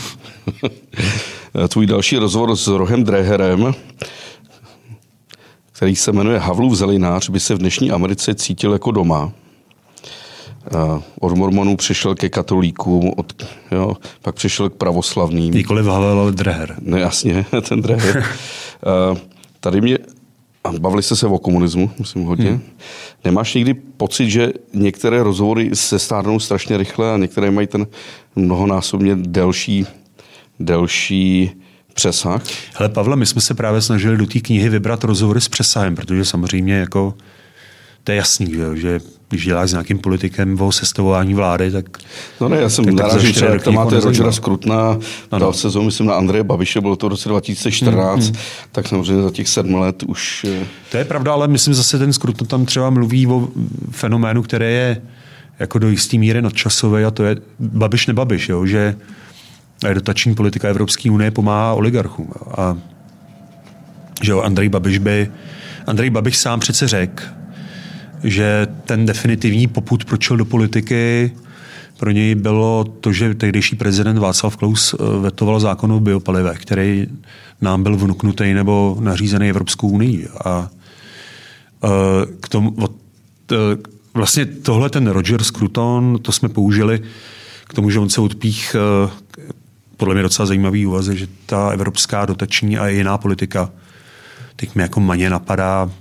Tvůj další rozhovor s Rohem Dreherem, který se jmenuje Havlův zelinář, by se v dnešní Americe cítil jako doma. Od mormonů přešel ke katolíkům, od, jo, pak přešel k pravoslavným. Nikoliv Havel, ale Dreher. No jasně, ten Dreher. Tady mě, bavili jste se o komunismu, myslím hodně. Hmm. Nemáš někdy pocit, že některé rozhovory se stárnou strašně rychle a některé mají ten mnohonásobně delší, delší přesah? Hele Pavle, my jsme se právě snažili do té knihy vybrat rozhovory s přesahem, protože samozřejmě jako to je jasný, že, že když děláš s nějakým politikem o sestavování vlády, tak... No ne, já jsem narážil třeba, jak tam máte Rogera Scrutona, dal sezónu, myslím, na Andreje Babiše, bylo to v roce dva tisíce čtrnáct, hmm, hmm. tak samozřejmě za těch sedm let už... To je pravda, ale myslím zase ten Scruton tam třeba mluví o fenoménu, který je jako do jistý míry nadčasový a to je Babiš nebabiš, jo, že dotační politika Evropské unie pomáhá oligarchům. A že jo, Andrej Babiš by... Andrej Babiš sám přece řekl, že ten definitivní popud, proč šel do politiky, pro něj bylo to, že tehdejší prezident Václav Klaus vetoval zákon o biopalivech, který nám byl vnuknutý nebo nařízený Evropskou unii. A k tomu, vlastně tohle ten Roger Scruton, to jsme použili k tomu, že on se odpích podle mě docela zajímavý úvaze, že ta evropská dotační a jiná politika, teď mi jako maně napadá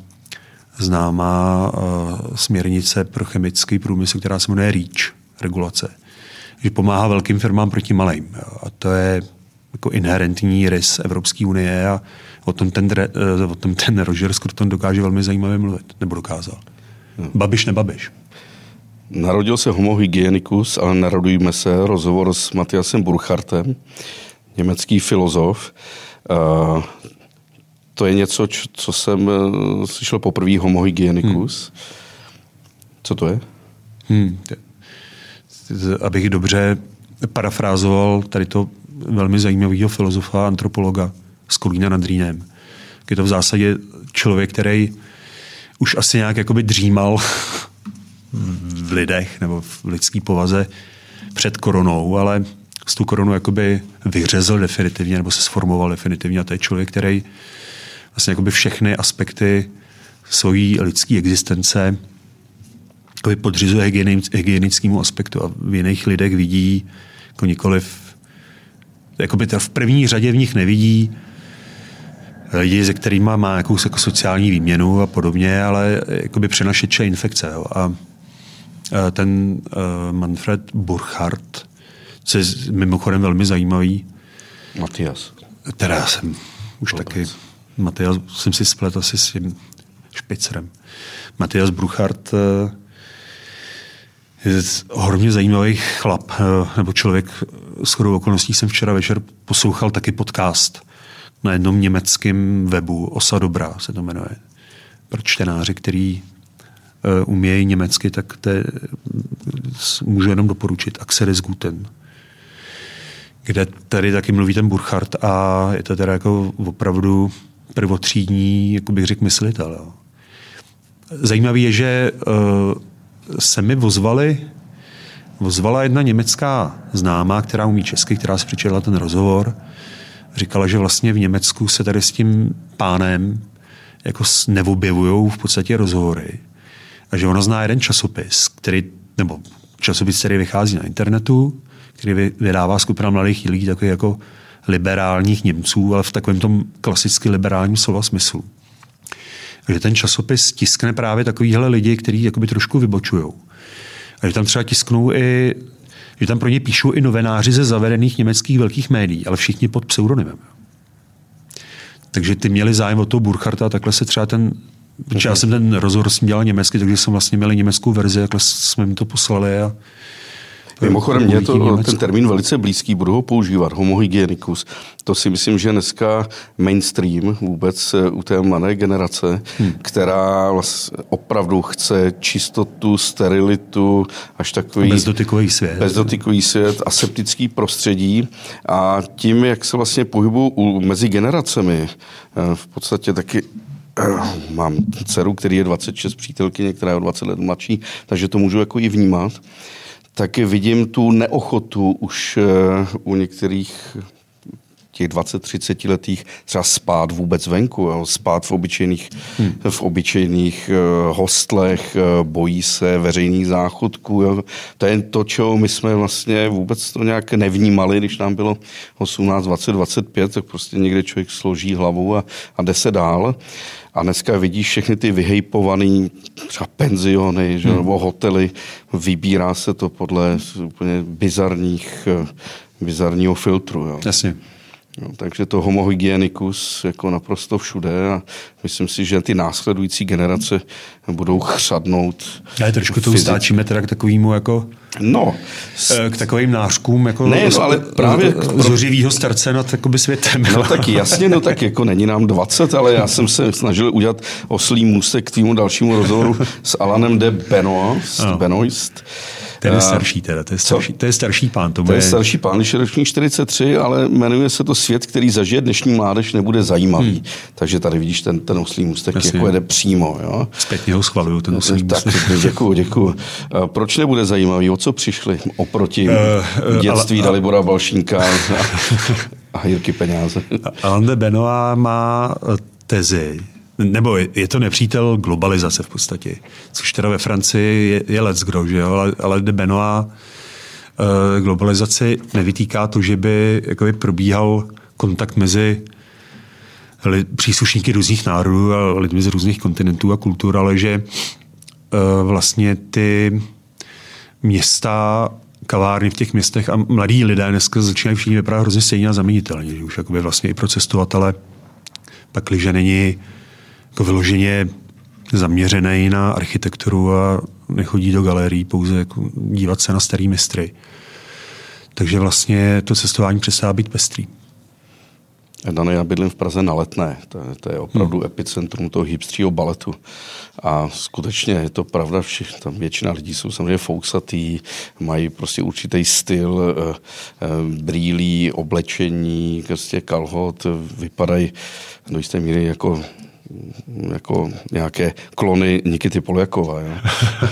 známá uh, směrnice pro chemický průmysl, která se jmenuje REACH, regulace, že pomáhá velkým firmám proti malým. A to je jako inherentní rys Evropské unie a o tom ten, uh, o tom ten Roger Scruton dokáže velmi zajímavě mluvit, nebo dokázal. No. Babiš nebabiš. Narodil se homo hygienicus, ale narodujeme se, rozhovor s Matthiasem Burchartem, německý filozof. Uh, To je něco, co jsem slyšel poprvé, homo hygienicus. Hmm. Co to je? Hmm. Abych dobře parafrázoval tady to velmi zajímavého filozofa, antropologa z Kolína nad Rýnem. Je to v zásadě člověk, který už asi nějak jakoby dřímal v lidech nebo v lidské povaze před koronou, ale z tu koronu jakoby vyřezl definitivně nebo se sformoval definitivně. A to je člověk, který vlastně jakoby všechny aspekty svojí lidské existence podřizuje hygienickému aspektu a v jiných lidech vidí jako nikoliv, jakoby v první řadě v nich nevidí lidi, se kterými má jakousi jako sociální výměnu a podobně, ale jakoby přenašeče infekce. Jo. A ten Manfred Burchardt, co je mimochodem velmi zajímavý. Matthias. Teda jsem už Vůbec. taky Matthias jsem si splet asi s tím Špicerem. Matthias Burchardt je ohromně zajímavý chlap, nebo člověk, shodou okolností jsem včera večer poslouchal taky podcast na jednom německém webu, Osa Dobra se to jmenuje. Pro čtenáři, který uh, umějí německy, tak to můžu jenom doporučit. Axel ist Guten. Kde tady taky mluví ten Burchardt a je to teda jako opravdu prvotřídní, jako bych řekl, myslitel. Jo. Zajímavý je, že uh, se mi vozvali, vozvala jedna německá známá, která umí česky, která si přečetla ten rozhovor. Říkala, že vlastně v Německu se tady s tím pánem jako neobjevujou v podstatě rozhovory. A že ona zná jeden časopis, který, nebo časopis, který vychází na internetu, který vydává skupina mladých lidí, takových jako liberálních Němců, ale v takovém tom klasicky liberálním slova smyslu. Že ten časopis tiskne právě takovýhle lidi, kteří jakoby trošku vybočujou. A že tam třeba tisknou i že tam pro ně píšou i novináři ze zavedených německých velkých médií, ale všichni pod pseudonymem. Takže ty měli zájem o toho Burcharta a takhle se třeba ten, protože já jsem ten rozhovor s ním dělal německy, takže jsem vlastně měl německou verzi, takhle jsme mi to poslali a mimochodem, mě to ten termín velice blízký, budu ho používat, homohygienicus. To si myslím, že dneska mainstream vůbec u té mladé generace, hmm. která vlastně opravdu chce čistotu, sterilitu, až takový bezdotykový svět. bezdotykový svět, aseptický prostředí. A tím, jak se vlastně pohybují mezi generacemi, v podstatě taky mám dceru, který je dvacet šest, přítelkyně, která je o dvacet let mladší, takže to můžu jako i vnímat. Tak vidím tu neochotu už u některých těch dvacet třicet letých třeba spát vůbec venku, jo, spát v obyčejných, hmm. v obyčejných uh, hostlech, uh, bojí se veřejných záchodků. Jo. To je to, čeho my jsme vlastně vůbec to nějak nevnímali, když nám bylo osmnáct, dvacet, dvacet pět, tak prostě někde člověk složí hlavu a, a jde se dál. A dneska vidíš všechny ty vyhejpované třeba penziony, že, hmm. nebo hotely, vybírá se to podle úplně bizarních, bizarního filtru. Jo. Jasně. No, takže to homohygienicus jako naprosto všude a myslím si, že ty následující generace budou chřadnout. Ale trošku to ustáčíme teda k takovému jako no, k takovým nářkům jako ne, no, ale právě zuřivýho starce nad takoby světem. No tak jasně, no tak jako není nám dvacet, ale já jsem se snažil udělat oslý můstek k týmu dalšímu rozhovoru s Alanem de Benoist. No. Benoist. Ten je starší teda, to je starší, to je starší pán. To, to je starší pán, když je ročník čtyřicet tři, ale jmenuje se to Svět, který zažije dnešní mládež, nebude zajímavý. Hmm. Takže tady vidíš ten, ten oslý můstek, jako jede přímo. Jo? Zpětně ho schvaluju, ten oslý můstek. Tak, děkuju, děkuju. Proč nebude zajímavý? O co přišli? Oproti uh, dětství uh, Dalibora Balšínka a, a Jirky Peňáze. Alain de Benoist má tezi, nebo je to nepřítel globalizace v podstatě, což teda ve Francii je, je leckdo, že jo, ale, ale de Benoist uh, globalizaci nevytýká to, že by jakoby probíhal kontakt mezi li, příslušníky různých národů a lidmi z různých kontinentů a kultur, ale že uh, vlastně ty města, kavárny v těch městech a mladí lidé dneska začínají všichni vypadat hrozně stejně a zaměnitelně, že už jakoby vlastně i pro cestovatele pakliže není jako vyloženě zaměřený na architekturu a nechodí do galerií pouze jako dívat se na starý mistry. Takže vlastně to cestování přestává být pestrý. Dane, já bydlím v Praze na Letné. To, to je opravdu hmm. epicentrum toho hipstřího baletu. A skutečně je to pravda, všich, tam většina lidí jsou samozřejmě fousatý, mají prostě určitý styl, e, e, brýlí, oblečení, prostě kalhot, vypadají do jisté míry jako jako nějaké klony Nikity Poljakova. Jo.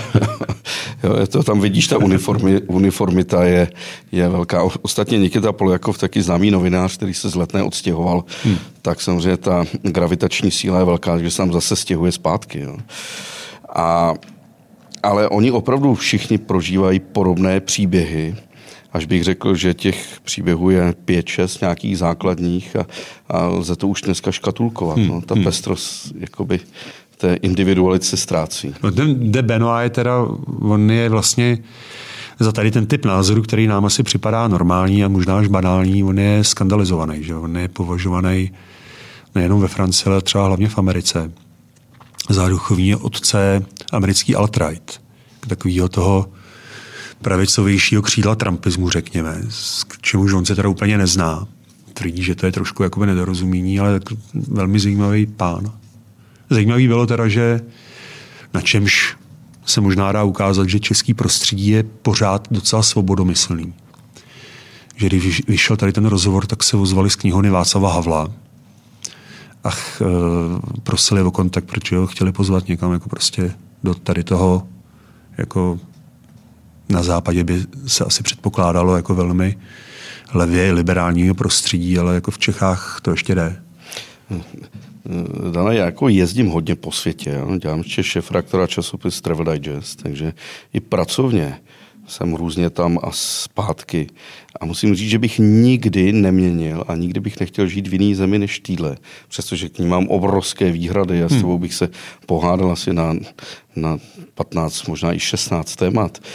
Jo, to tam vidíš, ta uniformi, uniformita je, je velká. Ostatně Nikita Poljakov, taky známý novinář, který se z Letné odstěhoval, hmm. tak samozřejmě ta gravitační síla je velká, že se tam zase stěhuje zpátky. Jo. A, ale oni opravdu všichni prožívají podobné příběhy, až bych řekl, že těch příběhů je pět, šest nějakých základních a, a lze to už dneska škatulkovat. Hmm. No. Ta hmm. pestrost jakoby té individuality se ztrácí. No, ten de Benoist je teda, on je vlastně za tady ten typ názoru, který nám asi připadá normální a možná až banální, on je skandalizovaný, že on je považovaný nejenom ve Francii, ale třeba hlavně v Americe za duchovního otce americký alt-right, takovýho toho pravicovějšího křídla trumpismu, řekněme, k čemuž on se teda úplně nezná. Tvrdí, že to je trošku jakoby nedorozumění, ale tak velmi zajímavý pán. Zajímavý bylo teda, že na čemž se možná dá ukázat, že český prostředí je pořád docela svobodomyslný. Že když vyšel tady ten rozhovor, tak se ozvali z knihovny Václava Havla a ch, e, prosili o kontakt, protože ho chtěli pozvat někam jako prostě do tady toho jako na západě by se asi předpokládalo jako velmi levě liberálního prostředí, ale jako v Čechách to ještě jde. Dana, já jako jezdím hodně po světě. Jo? Dělám ještě šéfredaktora časopis Travel Digest, takže i pracovně jsem různě tam a zpátky. A musím říct, že bych nikdy neměnil a nikdy bych nechtěl žít v jiný zemi než týhle. Přestože k ní mám obrovské výhrady a s tebou bych se pohádal asi na, na patnáct, možná i šestnáct témat.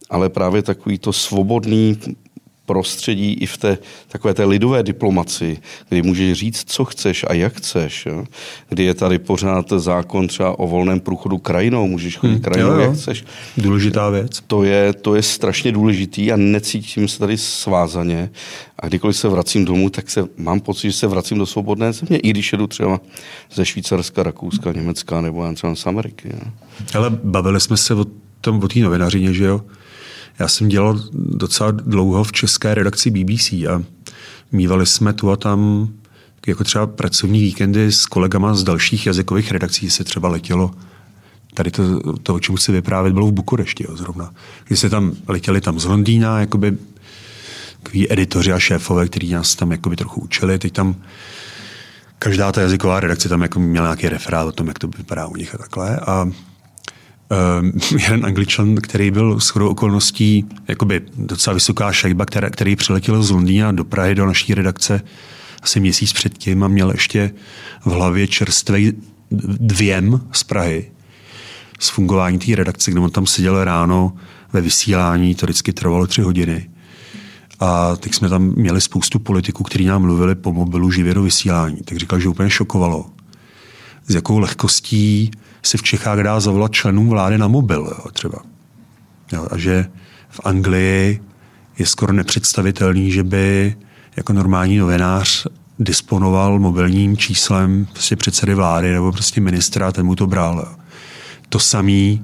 ale právě takový to svobodný prostředí i v té takové té lidové diplomaci, kdy můžeš říct, co chceš a jak chceš. Jo? Kdy je tady pořád zákon třeba o volném průchodu krajinou, můžeš chodit hmm, krajinou, jo, jo. jak chceš. Důležitá věc. To je, to je strašně důležitý a necítím se tady svázaně. A kdykoliv se vracím domů, tak se, mám pocit, že se vracím do svobodné země, i když jedu třeba ze Švýcarska, Rakouska, Německa nebo já třeba z Ameriky. Jo? Ale bavili jsme se o tom, o té novinařině, že jo? Já jsem dělal docela dlouho v české redakci B B C a mívali jsme tu a tam jako třeba pracovní víkendy s kolegama z dalších jazykových redakcí, se třeba letělo. Tady to, to o čem chci vyprávět, bylo v Bukurešti, jo, zrovna. Když se tam letěli tam z Londýna, jakoby takový editoři a šéfové, kteří nás tam jakoby trochu učili. Teď tam každá ta jazyková redakce tam jako měla nějaký referát o tom, jak to vypadá u nich a takhle. A Uh, jeden Angličan, který byl shodou okolností jakoby docela vysoká šajba, která, který přiletěl z Londýna do Prahy do naší redakce asi měsíc předtím a měl ještě v hlavě čerstvej dvěm z Prahy z fungování té redakce, kde on tam seděl ráno ve vysílání, to vždycky trvalo tři hodiny. A teď jsme tam měli spoustu politiků, kteří nám mluvili po mobilu živě do vysílání. Tak říkal, že úplně šokovalo. S jakou lehkostí se v Čechách dá zavolat členům vlády na mobil, jo, třeba. Jo, a že v Anglii je skoro nepředstavitelný, že by jako normální novinář disponoval mobilním číslem prostě předsedy vlády nebo prostě ministra a ten mu to bral. Jo. To samý,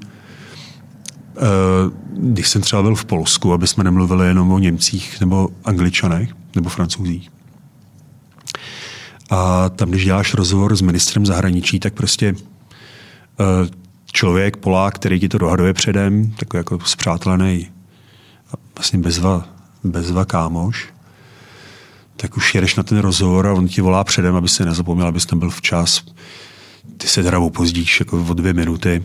když jsem třeba byl v Polsku, aby jsme nemluvili jenom o Němcích nebo Angličanech nebo Francouzích. A tam, když děláš rozhovor s ministrem zahraničí, tak prostě člověk, Polák, který ti to dohaduje předem, takový jako spřátelený vlastně bezva, bezva kámoš, tak už jedeš na ten rozhovor a on ti volá předem, aby se nezapomněl, abys tam byl včas. Ty se teda opozdíš jako o dvě minuty,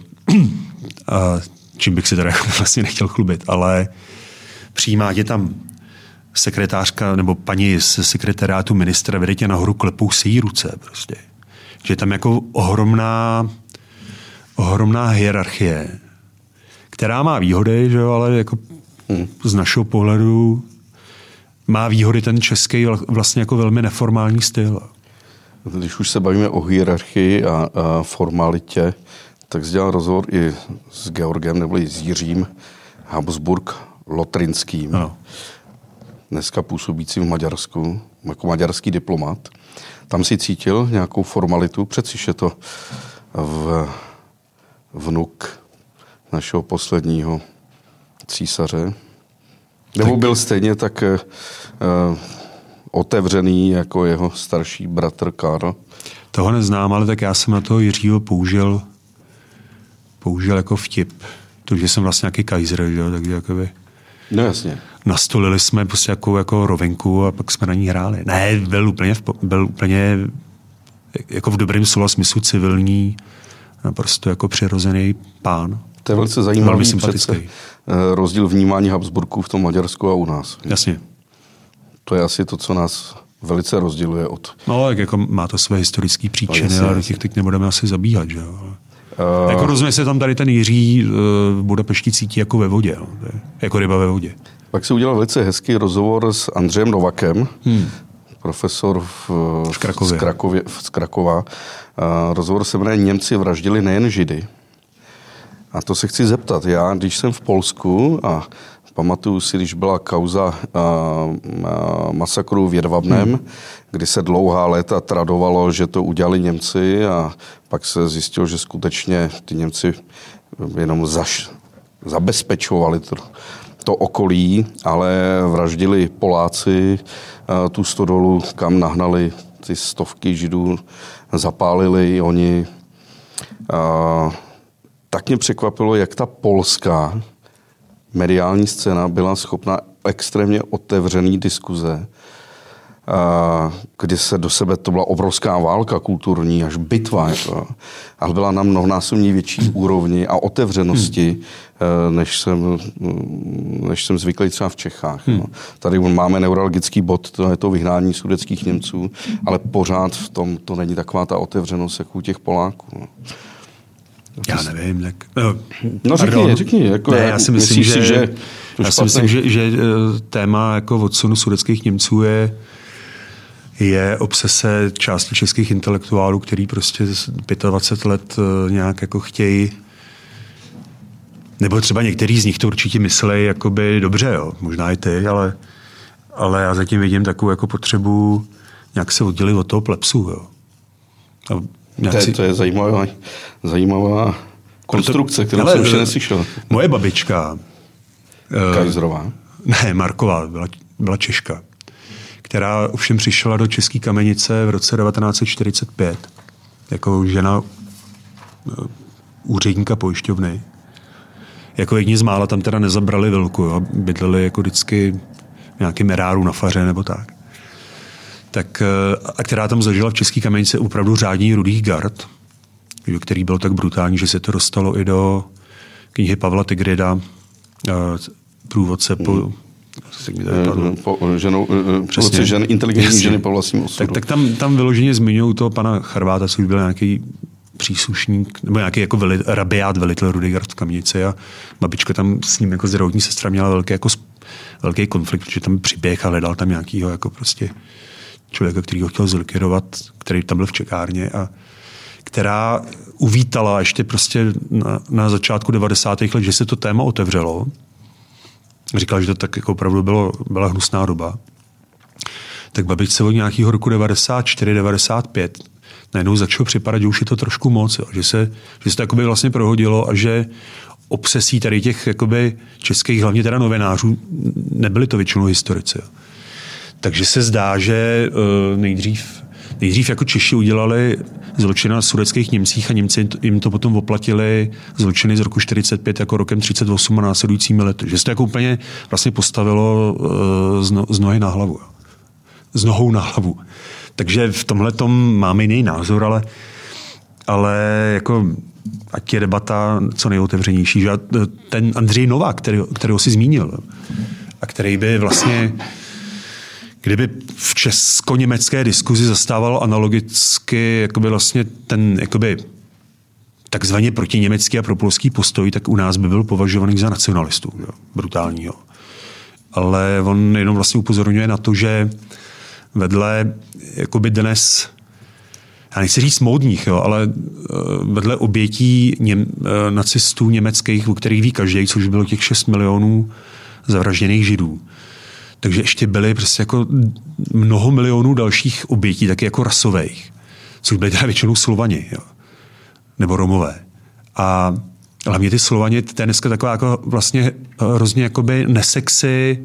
a čím bych si teda vlastně nechtěl chlubit, ale přijímá tě tam sekretářka nebo paní z sekretariátu ministra, vede tě nahoru, klepou se jí ruce prostě. Že je tam jako ohromná ohromná hierarchie, která má výhody, že jo, ale jako hmm. z našeho pohledu má výhody ten český vlastně jako velmi neformální styl. Když už se bavíme o hierarchii a, a formalitě, tak dělal rozhovor i s Georgem nebo i s Jiřím Habsburg Lotrinským. Ano. Dneska působícím v Maďarsku, jako maďarský diplomat. Tam si cítil nějakou formalitu, přeci je to v vnuk našeho posledního císaře. Nebo byl stejně tak uh, otevřený jako jeho starší bratr Karl? Toho neznám, ale tak já jsem na toho Jiřího použil použil jako vtip. To, že jsem vlastně nějaký kajzer, že? Takže jakoby no jasně. Nastolili jsme prostě jako, jako rovinku a pak jsme na ní hráli. Ne, byl úplně, byl úplně jako v dobrém slova smyslu civilní, prostě jako přirozený pán. To je velice zajímavý přece rozdíl vnímání Habsburků v tom Maďarsku a u nás. Jasně. To je asi to, co nás velice rozděluje od... No, tak jako má to své historické příčiny, no, ale do těch teď nebudeme asi zabíhat, že jo. Uh, jako rozumím se tam tady ten Jiří v Budapešti cítí jako ve vodě, no. Jako ryba ve vodě. Pak se udělal velice hezký rozhovor s Andřejem Novakem, hmm. profesor v, v, Krakově. Z, Krakově, z Krakova. Uh, rozhovor se jmenuje Němci vraždili nejen Židy. A to se chci zeptat. Já, když jsem v Polsku a pamatuju si, když byla kauza uh, uh, masakru v Jedvabnem, hmm. kdy se dlouhá léta tradovalo, že to udělali Němci a pak se zjistilo, že skutečně ty Němci jenom zaš, zabezpečovali to, to okolí, ale vraždili Poláci uh, tu stodolu, kam nahnali ty stovky Židů, zapálili i oni. Uh, tak mě překvapilo, jak ta polská mediální scéna byla schopna extrémně otevřený diskuze, kdy se do sebe, to byla obrovská válka kulturní, až bitva, jako, ale byla na mnohonásobně větší úrovni a otevřenosti, hmm. než, jsem, než jsem zvyklý třeba v Čechách. Hmm. No. Tady máme neuralgický bod, to je to vyhnání sudetských Němců, ale pořád v tom to není taková ta otevřenost, jako u těch Poláků. No. Já nevím, tak... No, no řekni, řekni. Jako, ne, já si myslím, že, si, že, já si myslím že, že téma jako odsunu sudetských Němců je, je obsese části českých intelektuálů, který prostě dvacet pět let nějak jako chtějí, nebo třeba některý z nich to určitě myslejí jakoby dobře, jo. Možná i ty, ale, ale já zatím vidím takovou jako potřebu nějak se oddělit od toho plebsu, jo. To je, to je zajímavá, zajímavá konstrukce, kterou jsem ještě neslyšel. Moje babička... Kajzrová? Ne, Marková, byla, byla Češka, která ovšem přišla do České Kamenice v roce devatenáct set čtyřicet pět jako žena úředníka pojišťovny. Jako jedni z mála tam teda nezabrali vilku, jo, bydleli jako vždycky v nějakém eráru na faře nebo tak. Tak, a která tam zažila v České Kamenice opravdu řádný rudých gard, který byl tak brutální, že se to dostalo i do knihy Pavla Tigrida, průvodce po... Hmm. po ženou, průvodce žen, inteligentní ženy po vlastním osudu. Tak, tak tam, tam vyloženě zmiňují toho pana Charváta, což byl nějaký příslušník, nebo nějaký jako veli, rabiát velitel rudých gard v Kamenici a babička tam s ním jako zdravotní sestra měla velký, jako, velký konflikt, protože tam přiběh a hledal tam nějakýho jako prostě člověka, který ho chtěl zlikvidovat, který tam byl v čekárně a která uvítala ještě prostě na, na začátku devadesátých let, že se to téma otevřelo. Říkala, že to tak jako opravdu bylo, byla hnusná doba. Tak babičce od nějakého roku devadesát čtyři devadesát pět najednou začalo připadat, že už je to trošku moc, jo. Že, se, že se to jakoby vlastně prohodilo a že obsesí tady těch jakoby českých, hlavně teda novinářů, nebyli to většinou historici. Jo. Takže se zdá, že uh, nejdřív, nejdřív jako Češi udělali zločiny na sudetských Němcích a Němci jim to potom oplatili zločiny z roku čtyřicet pět jako rokem třicet osm a následujícími lety. Že se to jako úplně vlastně postavilo uh, z, no, z nohy na hlavu. Z nohou na hlavu. Takže v tomhletom máme jiný názor, ale, ale jako ať je debata co nejotevřenější. Že ten Andřej Novák, který, kterého si zmínil a který by vlastně kdyby v česko-německé diskuzi zastával analogicky jakoby vlastně ten jakoby takzvaně protiněmecký a propolský postoj, tak u nás by byl považovaný za nacionalistů, jo, brutálního. Ale on jenom vlastně upozorňuje na to, že vedle jakoby dnes, já nechci říct módních, jo, ale vedle obětí něm, nacistů německých, o kterých ví každý, což bylo těch šest milionů zavražděných Židů, takže ještě byly prostě jako mnoho milionů dalších obětí, taky jako rasových, což byly teda většinou Slovani, jo, nebo Romové. A hlavně ty Slovani, to je dneska taková jako vlastně hrozně jakoby nesexy,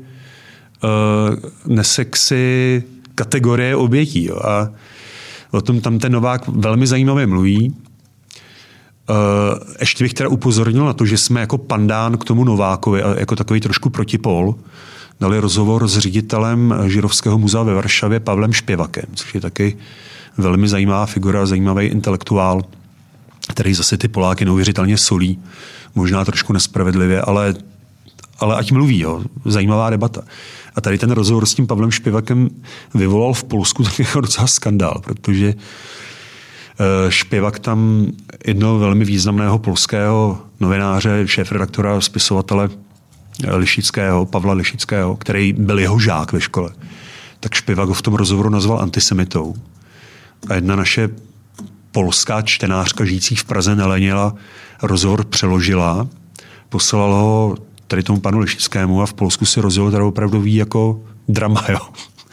uh, nesexy kategorie obětí. Jo. A o tom tam ten Novák velmi zajímavě mluví. Uh, ještě bych teda upozornil na to, že jsme jako pandán k tomu Novákovi, jako takový trošku protipol, dali rozhovor s ředitelem Žirovského muzea ve Varšavě Pavlem Špěvakem, což je taky velmi zajímavá figura, zajímavý intelektuál, který zase ty Poláky neuvěřitelně solí, možná trošku nespravedlivě, ale, ale ať mluví, jo. Zajímavá debata. A tady ten rozhovor s tím Pavlem Špěvakem vyvolal v Polsku takový docela skandál, protože Špěvak tam jednoho velmi významného polského novináře, šéfredaktora, spisovatele Lišického, Pavla Lišického, který byl jeho žák ve škole, tak Špěvak ho v tom rozhovoru nazval antisemitou. A jedna naše polská čtenářka žijící v Praze nelenila, rozhovor přeložila, poslala ho tady tomu panu Lišickému a v Polsku si rozjelo teda opravdový jako drama. Jo.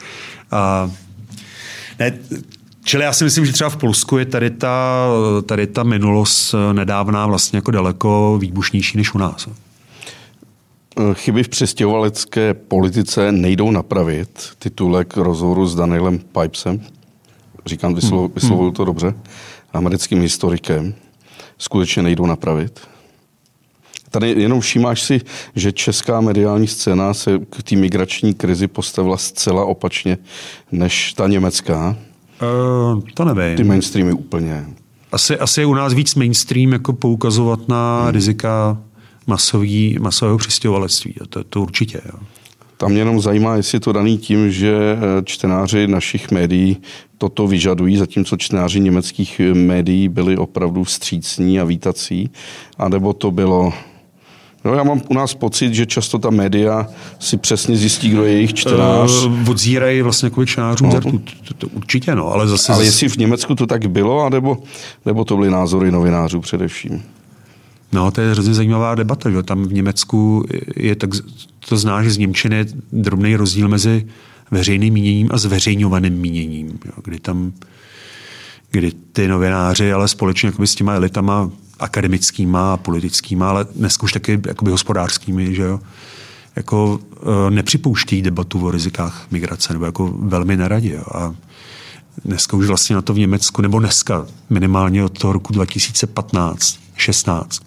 A ne, čili já si myslím, že třeba v Polsku je tady ta, tady ta minulost nedávná vlastně jako daleko výbušnější než u nás. Chyby v přistěhovalecké politice nejdou napravit. Titulek rozhovoru s Danielem Pipesem, říkám, vyslovuju vyslovuju to dobře, americkým historikem, skutečně nejdou napravit. Tady jenom všímáš si, že česká mediální scéna se k té migrační krizi postavila zcela opačně než ta německá. Uh, to nevím. Ty mainstreamy úplně. Asi, asi je u nás víc mainstream jako poukazovat na hmm. rizika masový, masového přistěhovalectví. To, to určitě. Jo. Tam mě jenom zajímá, jestli je to daný tím, že čtenáři našich médií toto vyžadují, zatímco čtenáři německých médií byli opravdu vstřícní a vítací, anebo to bylo... No, já mám u nás pocit, že často ta média si přesně zjistí, kdo je jejich čtenář. Uh, odzírají vlastně kvůli čtenářům no. to, to, to určitě, no, ale zase... Ale jestli v Německu to tak bylo, anebo, nebo to byly názory novinářů především? No, to je hrozně zajímavá debata, že tam v Německu je tak, to znáš, že z němčiny je drobný rozdíl mezi veřejným míněním a zveřejňovaným míněním, jo, kdy tam, kdy ty novináři, ale společně jakoby s těma elitama akademickýma, politickýma, ale dneska už taky jakoby hospodářskými, že jo, jako e, nepřipouští debatu o rizikách migrace, nebo jako velmi neradí, jo, a dneska už vlastně na to v Německu, nebo dneska minimálně od toho roku dva tisíce patnáct šestnáct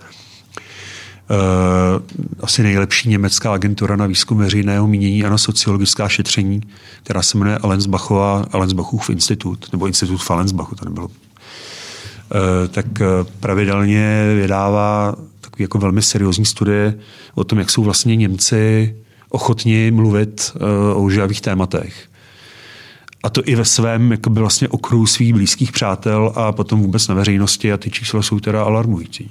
Uh, asi nejlepší německá agentura na výzkum veřejného mínění a na sociologická šetření, která se jmenuje Allensbachova, Allensbachův institut, nebo institut v Allensbachu, to nebylo. Uh, tak uh, pravidelně vydává takový jako velmi seriózní studie o tom, jak jsou vlastně Němci ochotni mluvit uh, o uživých tématech. A to i ve svém jakoby vlastně okruhu svých blízkých přátel a potom vůbec na veřejnosti, a ty čísla jsou teda alarmující.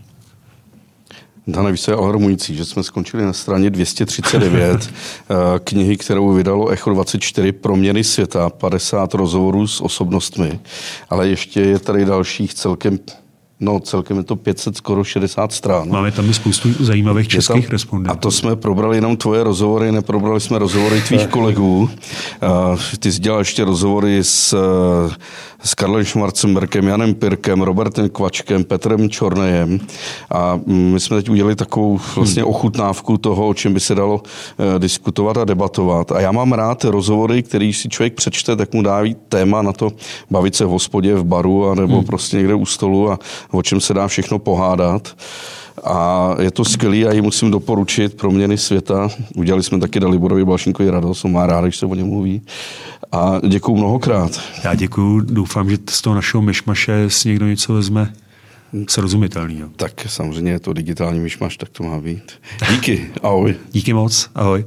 Dane, víš, co je alarmující, že jsme skončili na straně dvě stě třicet devět knihy, kterou vydalo Echo dvacet čtyři, Proměny světa, padesát rozhovorů s osobnostmi, ale ještě je tady dalších celkem, no celkem je to pět set, skoro šedesát strán. Máme tam i spoustu zajímavých českých respondentů. A to jsme probrali jenom tvoje rozhovory, neprobrali jsme rozhovory tvých kolegů. Ty jsi dělal ještě rozhovory s, s Karlem Schwarzenbergem, Janem Pirkem, Robertem Kvačkem, Petrem Čornejem. A my jsme teď udělali takovou vlastně ochutnávku toho, o čem by se dalo diskutovat a debatovat. A já mám rád rozhovory, který si člověk přečte, tak mu dáví téma na to bavit se v hospodě, v baru, a nebo hmm. prostě někde u stolu, a o čem se dá všechno pohádat. A je to skvělý a ji musím doporučit, Proměny světa. Udělali jsme taky Daliborovi Balšínkovi radost, on má rád, když se o něm mluví. A děkuju mnohokrát. Já děkuju, doufám, že z toho našeho myšmaše si někdo něco vezme srozumitelného. Tak samozřejmě je to digitální myšmaš, tak to má být. Díky, ahoj. Díky moc, ahoj.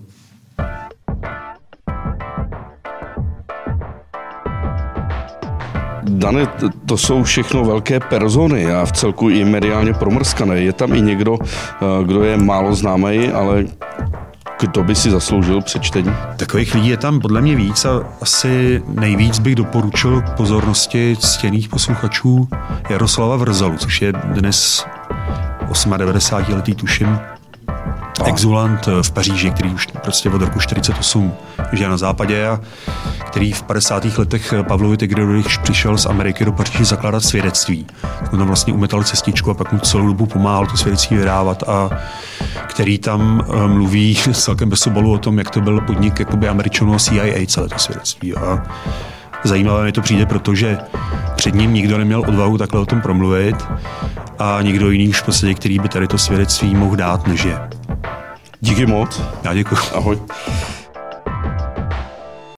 Dane, to jsou všechno velké persony a v celku i mediálně promrskané. Je tam i někdo, kdo je málo známý, ale kdo by si zasloužil přečtení? Takových lidí je tam podle mě víc a asi nejvíc bych doporučil k pozornosti ctěných posluchačů Jaroslava Vrzalu, což je dnes osmadevadesátiletý, tuším, exulant v Paříži, který už prostě od roku čtyřicet osm žije na západě a který v padesátých letech Pavlovi Tigridovi, když přišel z Ameriky do Paříže zakládat svědectví. On tam vlastně umetal cestičku a pak mu celou dobu pomáhal to svědectví vydávat, a který tam mluví celkem bez obalu o tom, jak to byl podnik jakoby Američanů a C I A, celé to svědectví. A zajímavé mi to přijde, protože před ním nikdo neměl odvahu takhle o tom promluvit a nikdo jiný už v podstatě, který by tady to svědectví mohl dát, než je. Díky moc. Já děkuji. Ahoj.